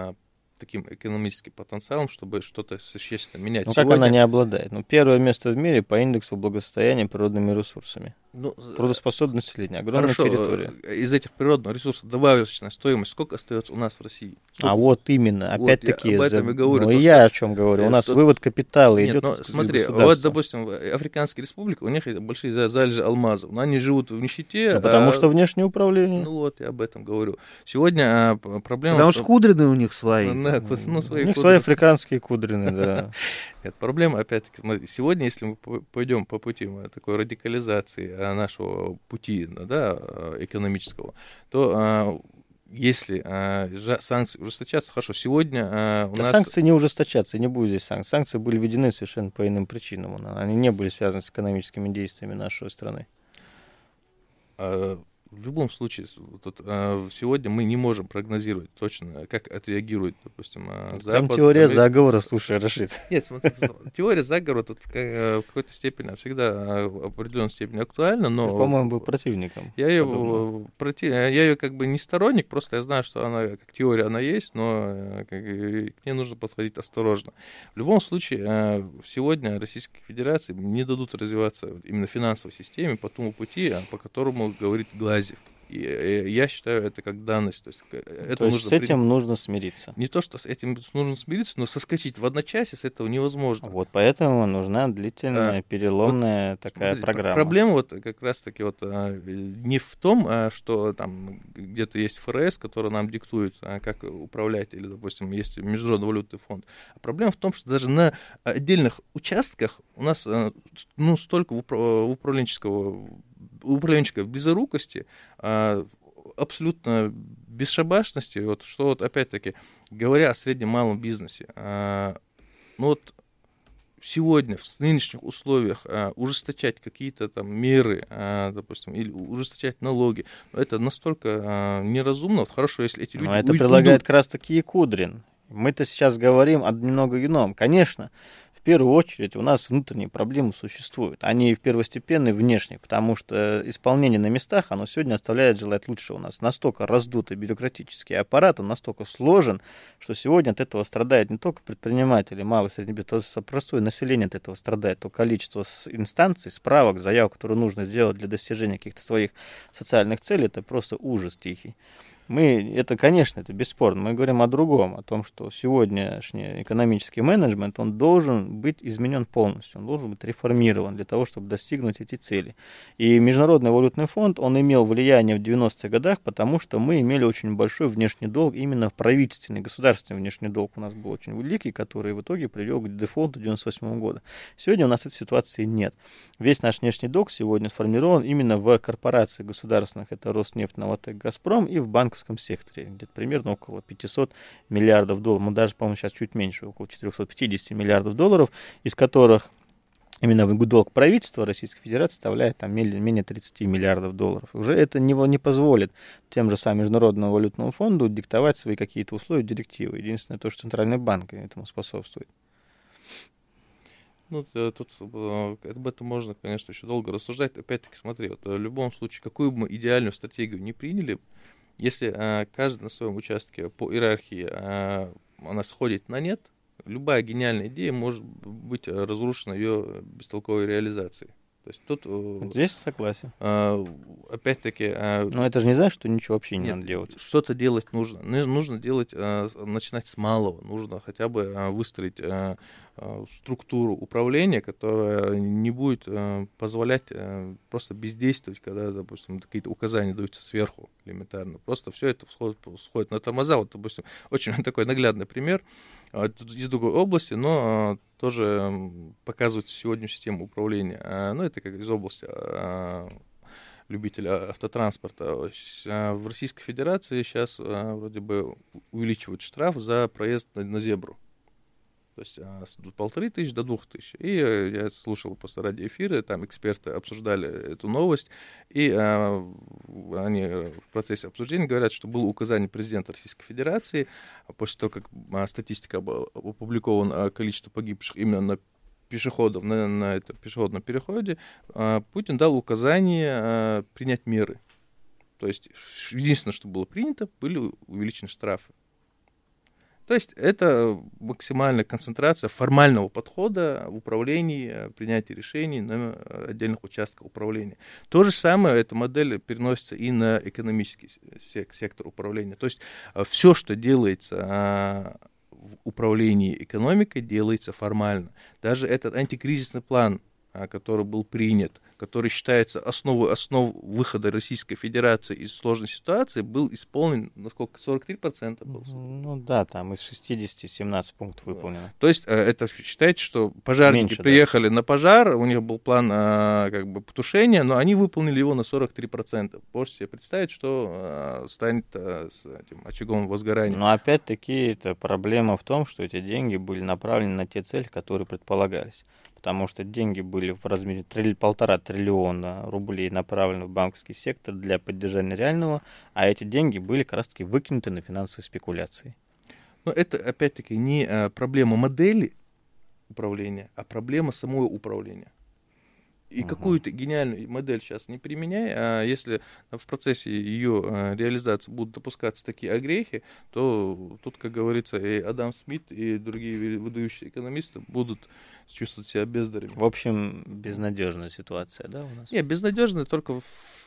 таким экономическим потенциалом, чтобы что-то существенно менять. Как она не обладает? Первое место в мире по индексу благосостояния природными ресурсами. Трудоспособное население, огромная территория. Из этих природных ресурсов добавочная стоимость сколько остается у нас в России? А вот именно, опять-таки, об этом и говорю. Ну, я о чем говорю. У нас вывод капитала идет из смотри, государства. вот, допустим, Африканская республика, у них большие залежи алмазов, но они живут в нищете. Потому что внешнее управление. Ну вот, я об этом говорю. Сегодня проблема... Потому что кудрины у них свои. У них свои африканские кудрины, да. Нет, проблема, опять-таки, смотри, сегодня, если мы пойдем по пути такой радикализации нашего пути, да, экономического, то если санкции ужесточатся, хорошо, сегодня у нас... Санкции не ужесточатся, не будет здесь санкций. Санкции были введены совершенно по иным причинам. Они не были связаны с экономическими действиями нашей страны. В любом случае, сегодня мы не можем прогнозировать точно, как отреагирует, допустим, Запад. Там теория заговора, слушай, Рашид. Нет, смотри, теория заговора тут в какой-то степени всегда в определенной степени актуальна, но... Ты, по-моему, был противником. Я ее как бы не сторонник, просто я знаю, что она, как теория, она есть, но к ней нужно подходить осторожно. В любом случае, сегодня Российской Федерации не дадут развиваться именно финансовой системе по тому пути, по которому говорит Глазьев. И я считаю это как данность. То есть с этим нужно смириться. Не то, что с этим нужно смириться, но соскочить в одночасье с этого невозможно. Вот поэтому нужна длительная, переломная такая программа. Проблема вот как раз-таки вот не в том, что там где-то есть ФРС, который нам диктует, как управлять, или, допустим, есть Международный валютный фонд. А проблема в том, что даже на отдельных участках у нас столько управленческой близорукости, абсолютно бесшабашности, вот, что вот опять-таки, говоря о среднем малом бизнесе, сегодня в нынешних условиях ужесточать какие-то там меры, допустим, или ужесточать налоги, это настолько неразумно. Вот хорошо, если эти люди... Но это предлагает как раз-таки и Кудрин. Мы-то сейчас говорим о немного ином. Конечно, в первую очередь у нас внутренние проблемы существуют. Они первостепенные внешние, потому что исполнение на местах, оно сегодня оставляет желать лучшего. У нас настолько раздутый бюрократический аппарат, он настолько сложен, что сегодня от этого страдает не только предприниматели, малый и средний бизнес, а простое население от этого страдает. То количество инстанций, справок, заявок, которые нужно сделать для достижения каких-то своих социальных целей, это просто ужас тихий. Конечно, это бесспорно. Мы говорим о другом, о том, что сегодняшний экономический менеджмент, он должен быть изменен полностью, он должен быть реформирован для того, чтобы достигнуть эти цели. И Международный валютный фонд, он имел влияние в 90-х годах, потому что мы имели очень большой внешний долг, именно правительственный, государственный внешний долг у нас был очень великий, который в итоге привел к дефолту 98 года. Сегодня у нас этой ситуации нет. Весь наш внешний долг сегодня сформирован именно в корпорациях государственных, это Роснефть, Новатэк, Газпром, и в банковском секторе, где-то примерно около 500 миллиардов долларов, даже, по-моему, сейчас чуть меньше, около 450 миллиардов долларов, из которых именно долг правительства Российской Федерации составляет там менее 30 миллиардов долларов. Уже это не позволит тем же самым Международному валютному фонду диктовать свои какие-то условия, директивы. Единственное то, что Центральный банк этому способствует. Тут об этом можно, конечно, еще долго рассуждать. Опять-таки, смотри, вот в любом случае, какую бы мы идеальную стратегию не приняли, если каждый на своем участке по иерархии она сходит на нет, любая гениальная идея может быть разрушена ее бестолковой реализацией. То есть тут... Здесь согласен. Опять-таки... Но это же не значит, что ничего вообще не надо делать. Что-то делать нужно. Нужно делать, начинать с малого. Нужно хотя бы выстроить структуру управления, которая не будет позволять просто бездействовать, когда, допустим, какие-то указания даются сверху элементарно. Просто все это сходит на тормоза. Вот, допустим, очень такой наглядный пример из другой области, но тоже показывает сегодняшнюю систему управления. Это как из области любителя автотранспорта. В Российской Федерации сейчас вроде бы увеличивают штраф за проезд на зебру. То есть с 1500 до 2000. И я слушал после радиоэфира, там эксперты обсуждали эту новость, и они в процессе обсуждения говорят, что было указание президента Российской Федерации, после того, как статистика была опубликована, количество погибших именно на пешеходов на этом пешеходном переходе, Путин дал указание принять меры. То есть единственное, что было принято, были увеличены штрафы. То есть это максимальная концентрация формального подхода в управлении, принятии решений на отдельных участках управления. То же самое, эта модель переносится и на экономический сектор управления. То есть все, что делается в управлении экономикой, делается формально. Даже этот антикризисный план, который был принят, который считается основой выхода Российской Федерации из сложной ситуации, был исполнен, насколько, 43% был? Ну да, там из 60 17 пунктов выполнено. То есть это считайте, что пожарники Меньше, приехали на пожар, у них был план как бы потушения, но они выполнили его на 43%. Можете себе представить, что станет с этим очагом возгорания. Но опять-таки это проблема в том, что эти деньги были направлены на те цели, которые предполагались. Потому что деньги были в размере 1,5 триллиона рублей направлены в банковский сектор для поддержания реального, а эти деньги были как раз-таки выкинуты на финансовые спекуляции. Но это, опять-таки, не проблема модели управления, а проблема самого управления. И какую-то гениальную модель сейчас не применяй, а если в процессе ее реализации будут допускаться такие огрехи, то тут, как говорится, и Адам Смит, и другие выдающиеся экономисты будут чувствовать себя бездарями. В общем, безнадежная ситуация, да, у нас? Нет, безнадежная только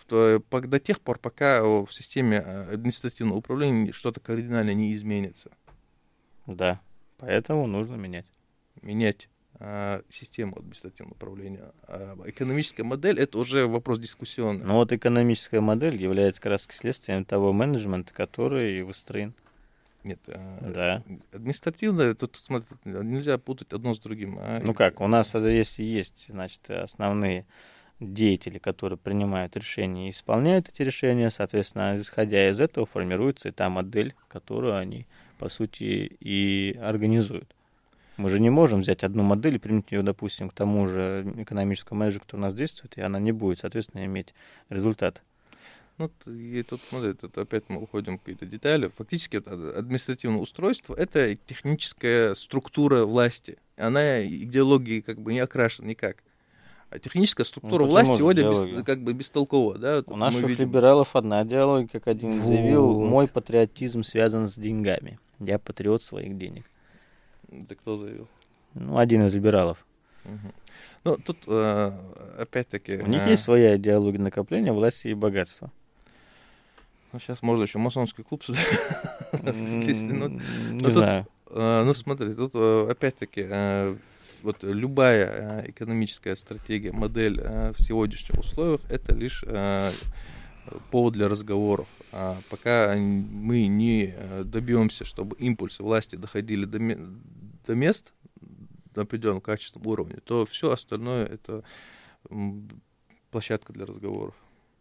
до тех пор, пока в системе административного управления что-то кардинально не изменится. Да, поэтому нужно менять. Менять систему административного управления. Экономическая модель — это уже вопрос дискуссионный. Но вот экономическая модель является как раз следствием того менеджмента, который выстроен. Нет, да. Административно, тут смотри, нельзя путать одно с другим. Ну как, у нас если есть, значит, основные деятели, которые принимают решения и исполняют эти решения, соответственно, исходя из этого формируется и та модель, которую они, по сути, и организуют. Мы же не можем взять одну модель и применить ее, допустим, к тому же экономическому менеджеру, который у нас действует, и она не будет, соответственно, иметь результат. Ну, и тут, смотри, тут опять мы уходим в какие-то детали. Фактически административное устройство — это техническая структура власти. Она идеологией как бы не окрашена никак. А техническая структура власти сегодня как бы бестолкова. Да? У наших либералов одна идеология, как один заявил, мой патриотизм связан с деньгами. Я патриот своих денег. Да кто заявил? Ну, один из либералов. Угу. Ну, тут опять-таки... У них есть своя идеология накопления власти и богатства. Ну, сейчас можно еще масонский клуб сюда. Не знаю. Ну, смотри, тут опять-таки вот любая экономическая стратегия, модель в сегодняшних условиях — это лишь повод для разговоров. Пока мы не добьемся, чтобы импульсы власти доходили до мест на определенном качественном уровне, то все остальное — это площадка для разговоров.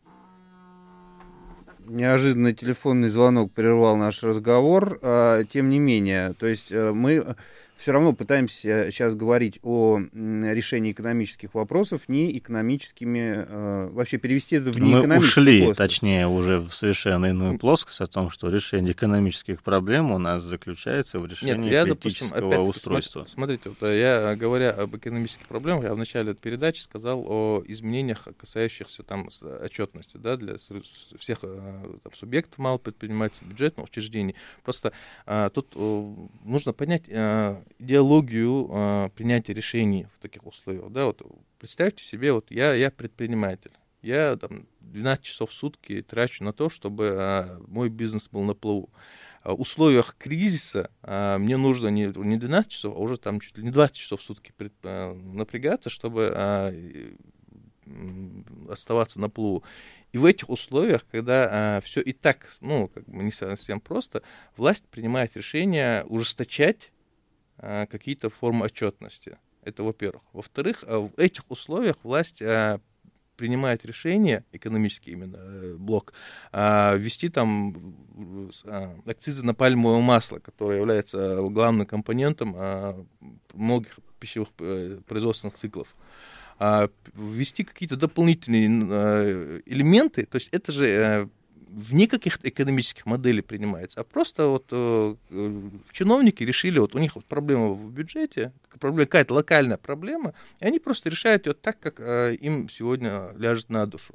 Неожиданный телефонный звонок прервал наш разговор. Тем не менее, то есть мы все равно пытаемся сейчас говорить о решении экономических вопросов не экономическими, вообще перевести это в неэкономическую Мы ушли, плоскость. точнее, уже в совершенно иную плоскость о том, что решение экономических проблем у нас заключается в решении политического устройства. Смотрите, вот я, говоря об экономических проблемах, я в начале передачи сказал о изменениях, касающихся там отчетности, да, для всех там, субъектов малопредпринимательства, бюджетных учреждений. Просто тут нужно понять идеологию принятия решений в таких условиях. Да? Вот, представьте себе, вот я предприниматель. Я там 12 часов в сутки трачу на то, чтобы мой бизнес был на плаву. В условиях кризиса мне нужно не 12 часов, а уже там чуть ли не 20 часов в сутки напрягаться, чтобы оставаться на плаву. И в этих условиях, когда все и так, ну, как бы не совсем просто, власть принимает решение ужесточать какие-то формы отчетности. Это во-первых. Во-вторых, в этих условиях власть принимает решение, экономический именно блок, ввести там акцизы на пальмовое масло, которое является главным компонентом многих пищевых производственных циклов. Ввести какие-то дополнительные элементы, то есть это же вне каких-то экономических моделей принимается, а просто вот чиновники решили, вот у них вот проблема в бюджете, какая-то локальная проблема, и они просто решают ее так, как им сегодня ляжет на душу.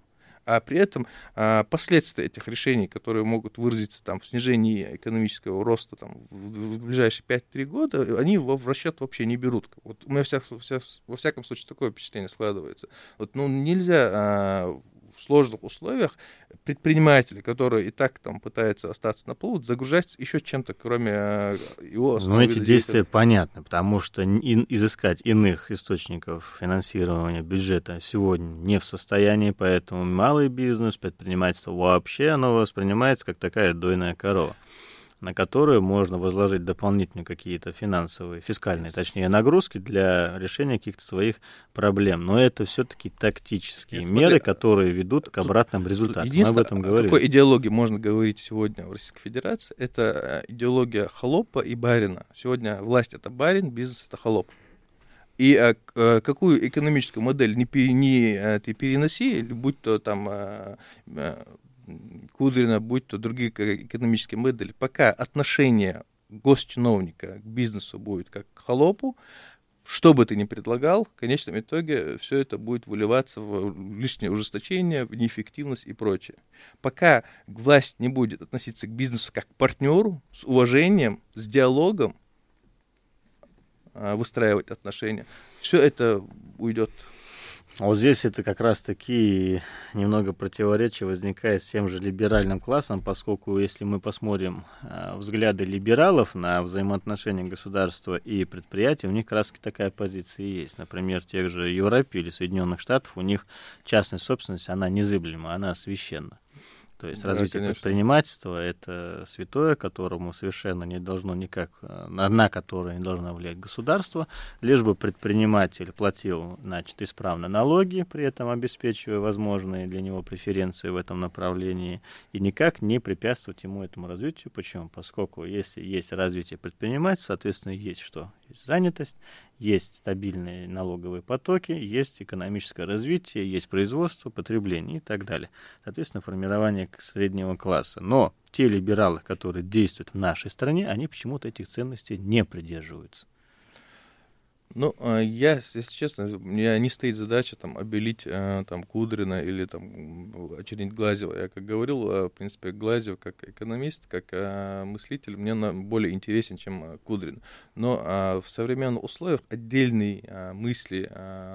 а при этом последствия этих решений, которые могут выразиться там, в снижении экономического роста там, в ближайшие 5-3 года, они в расчет вообще не берут. Вот у меня во всяком случае такое впечатление складывается. Вот, нельзя в сложных условиях предприниматели, которые и так там пытаются остаться на плаву, загружать еще чем-то, кроме его основного. Но эти действия понятны, потому что изыскать иных источников финансирования бюджета сегодня не в состоянии, поэтому малый бизнес, предпринимательство вообще, оно воспринимается как такая дойная корова, на которую можно возложить дополнительные какие-то фискальные, точнее, нагрузки для решения каких-то своих проблем. Но это все-таки тактические меры, которые ведут к обратным результатам. Мы об этом говорили. О какой идеологии можно говорить сегодня в Российской Федерации? Это идеология холопа и барина. Сегодня власть — это барин, бизнес — это холоп. И какую экономическую модель ты переноси, будь то там Кудрина, будь то другие экономические модели, пока отношение госчиновника к бизнесу будет как к холопу, что бы ты ни предлагал, в конечном итоге все это будет выливаться в лишнее ужесточение, в неэффективность и прочее. Пока власть не будет относиться к бизнесу как к партнеру, с уважением, с диалогом, выстраивать отношения, все это уйдет. Вот здесь это как раз-таки немного противоречие возникает с тем же либеральным классом, поскольку если мы посмотрим взгляды либералов на взаимоотношения государства и предприятий, у них как раз-таки такая позиция и есть. Например, в тех же Европе или Соединенных Штатах у них частная собственность, она незыблема, она священна. То есть развитие предпринимательства — это святое, которому совершенно не должно никак, на которое не должно влиять государство, лишь бы предприниматель платил, значит, исправно налоги, при этом обеспечивая возможные для него преференции в этом направлении, и никак не препятствовать ему этому развитию. Почему? Поскольку если есть развитие предпринимательства, соответственно, есть что? Есть занятость, есть стабильные налоговые потоки, есть экономическое развитие, есть производство, потребление и так далее. Соответственно, формирование среднего класса. Но те либералы, которые действуют в нашей стране, они почему-то этих ценностей не придерживаются. Я, если честно, у меня не стоит задача там обелить там Кудрина или там очернить Глазьева. Я, как говорил, в принципе, Глазьев как экономист, как мыслитель мне более интересен, чем Кудрин. Но в современных условиях отдельные мысли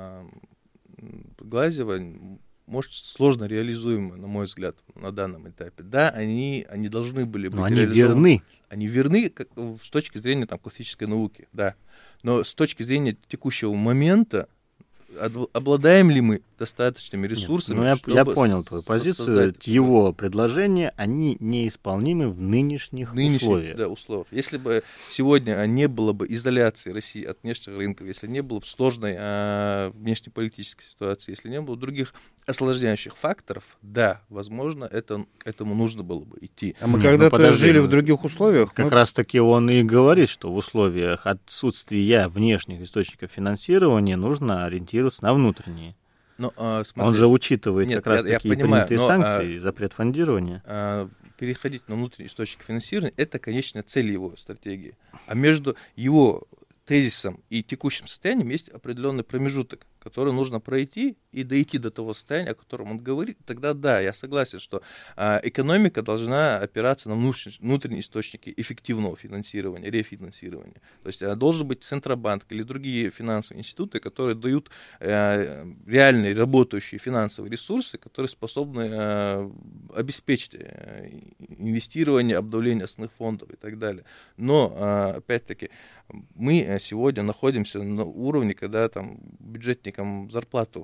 Глазьева может сложно реализуемы, на мой взгляд, на данном этапе. Да, они должны были быть реализованы. Они верны с точки зрения там, классической науки, да. Но с точки зрения текущего момента, обладаем ли мы достаточными ресурсами, чтобы я понял твою позицию. Его предложения, они неисполнимы в нынешних условиях. Да, условиях. Если бы сегодня не было бы изоляции России от внешних рынков, если не было бы сложной внешнеполитической ситуации, если не было других осложняющих факторов, да, возможно, к этому нужно было бы идти. А мы когда-то жили в других условиях. Как раз-таки он и говорит, что в условиях отсутствия внешних источников финансирования нужно ориентироваться на внутренние. Он же учитывает как раз-таки принятые санкции, запрет фондирования. Переходить на внутренний источник финансирования — это конечная цель его стратегии. А между его тезисом и текущим состоянием есть определенный промежуток, который нужно пройти и дойти до того состояния, о котором он говорит. Тогда да, я согласен, что экономика должна опираться на внутренние источники эффективного финансирования, рефинансирования. То есть должен быть Центробанк или другие финансовые институты, которые дают реальные работающие финансовые ресурсы, которые способны обеспечить инвестирование, обновление основных фондов и так далее. Но, опять-таки, мы сегодня находимся на уровне, когда там бюджетникам зарплату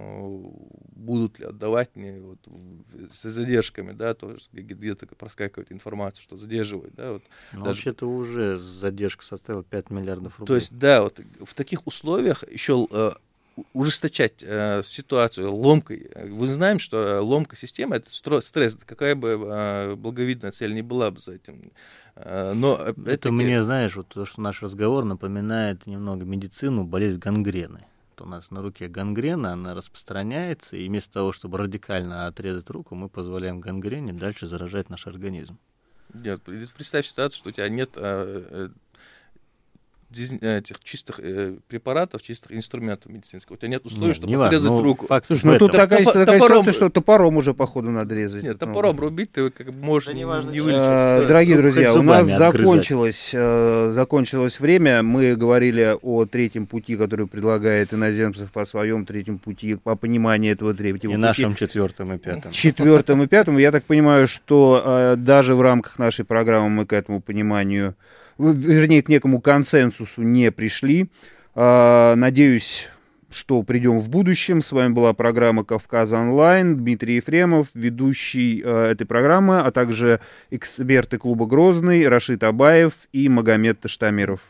будут ли отдавать с задержками, да, тоже где-то проскакивает информация, что задерживают, да, вот. Вообще-то уже задержка составила 5 миллиардов рублей. То есть, да, вот в таких условиях еще ужесточать ситуацию ломкой. Мы знаем, что ломка системы — это стресс, какая бы благовидная цель ни была бы за этим. Но это мне, знаешь, вот то, что наш разговор напоминает немного медицину, болезнь гангрены. Вот у нас на руке гангрена, она распространяется, и вместо того, чтобы радикально отрезать руку, мы позволяем гангрене дальше заражать наш организм. Нет, представь ситуацию, что у тебя нет этих чистых препаратов, чистых инструментов медицинских. У тебя нет условий, чтобы не важно, отрезать руку. Слушай, ну тут такая ситуация, что топором уже, походу, надо резать. Нет, топором рубить ты как бы можешь не вылечить. Дорогие друзья, у нас закончилось время. Мы говорили о третьем пути, который предлагает иноземцев, о своем третьем пути, о понимании этого третьего пути. И нашем четвертом и пятом. Четвертом и пятом. Я так понимаю, что даже в рамках нашей программы мы к этому пониманию, вернее, к некому консенсусу не пришли. Надеюсь, что придем в будущем. С вами была программа «Кавказ Онлайн». Дмитрий Ефремов, ведущий этой программы, а также эксперты клуба «Грозный» Рашид Абаев и Магомед Таштамиров.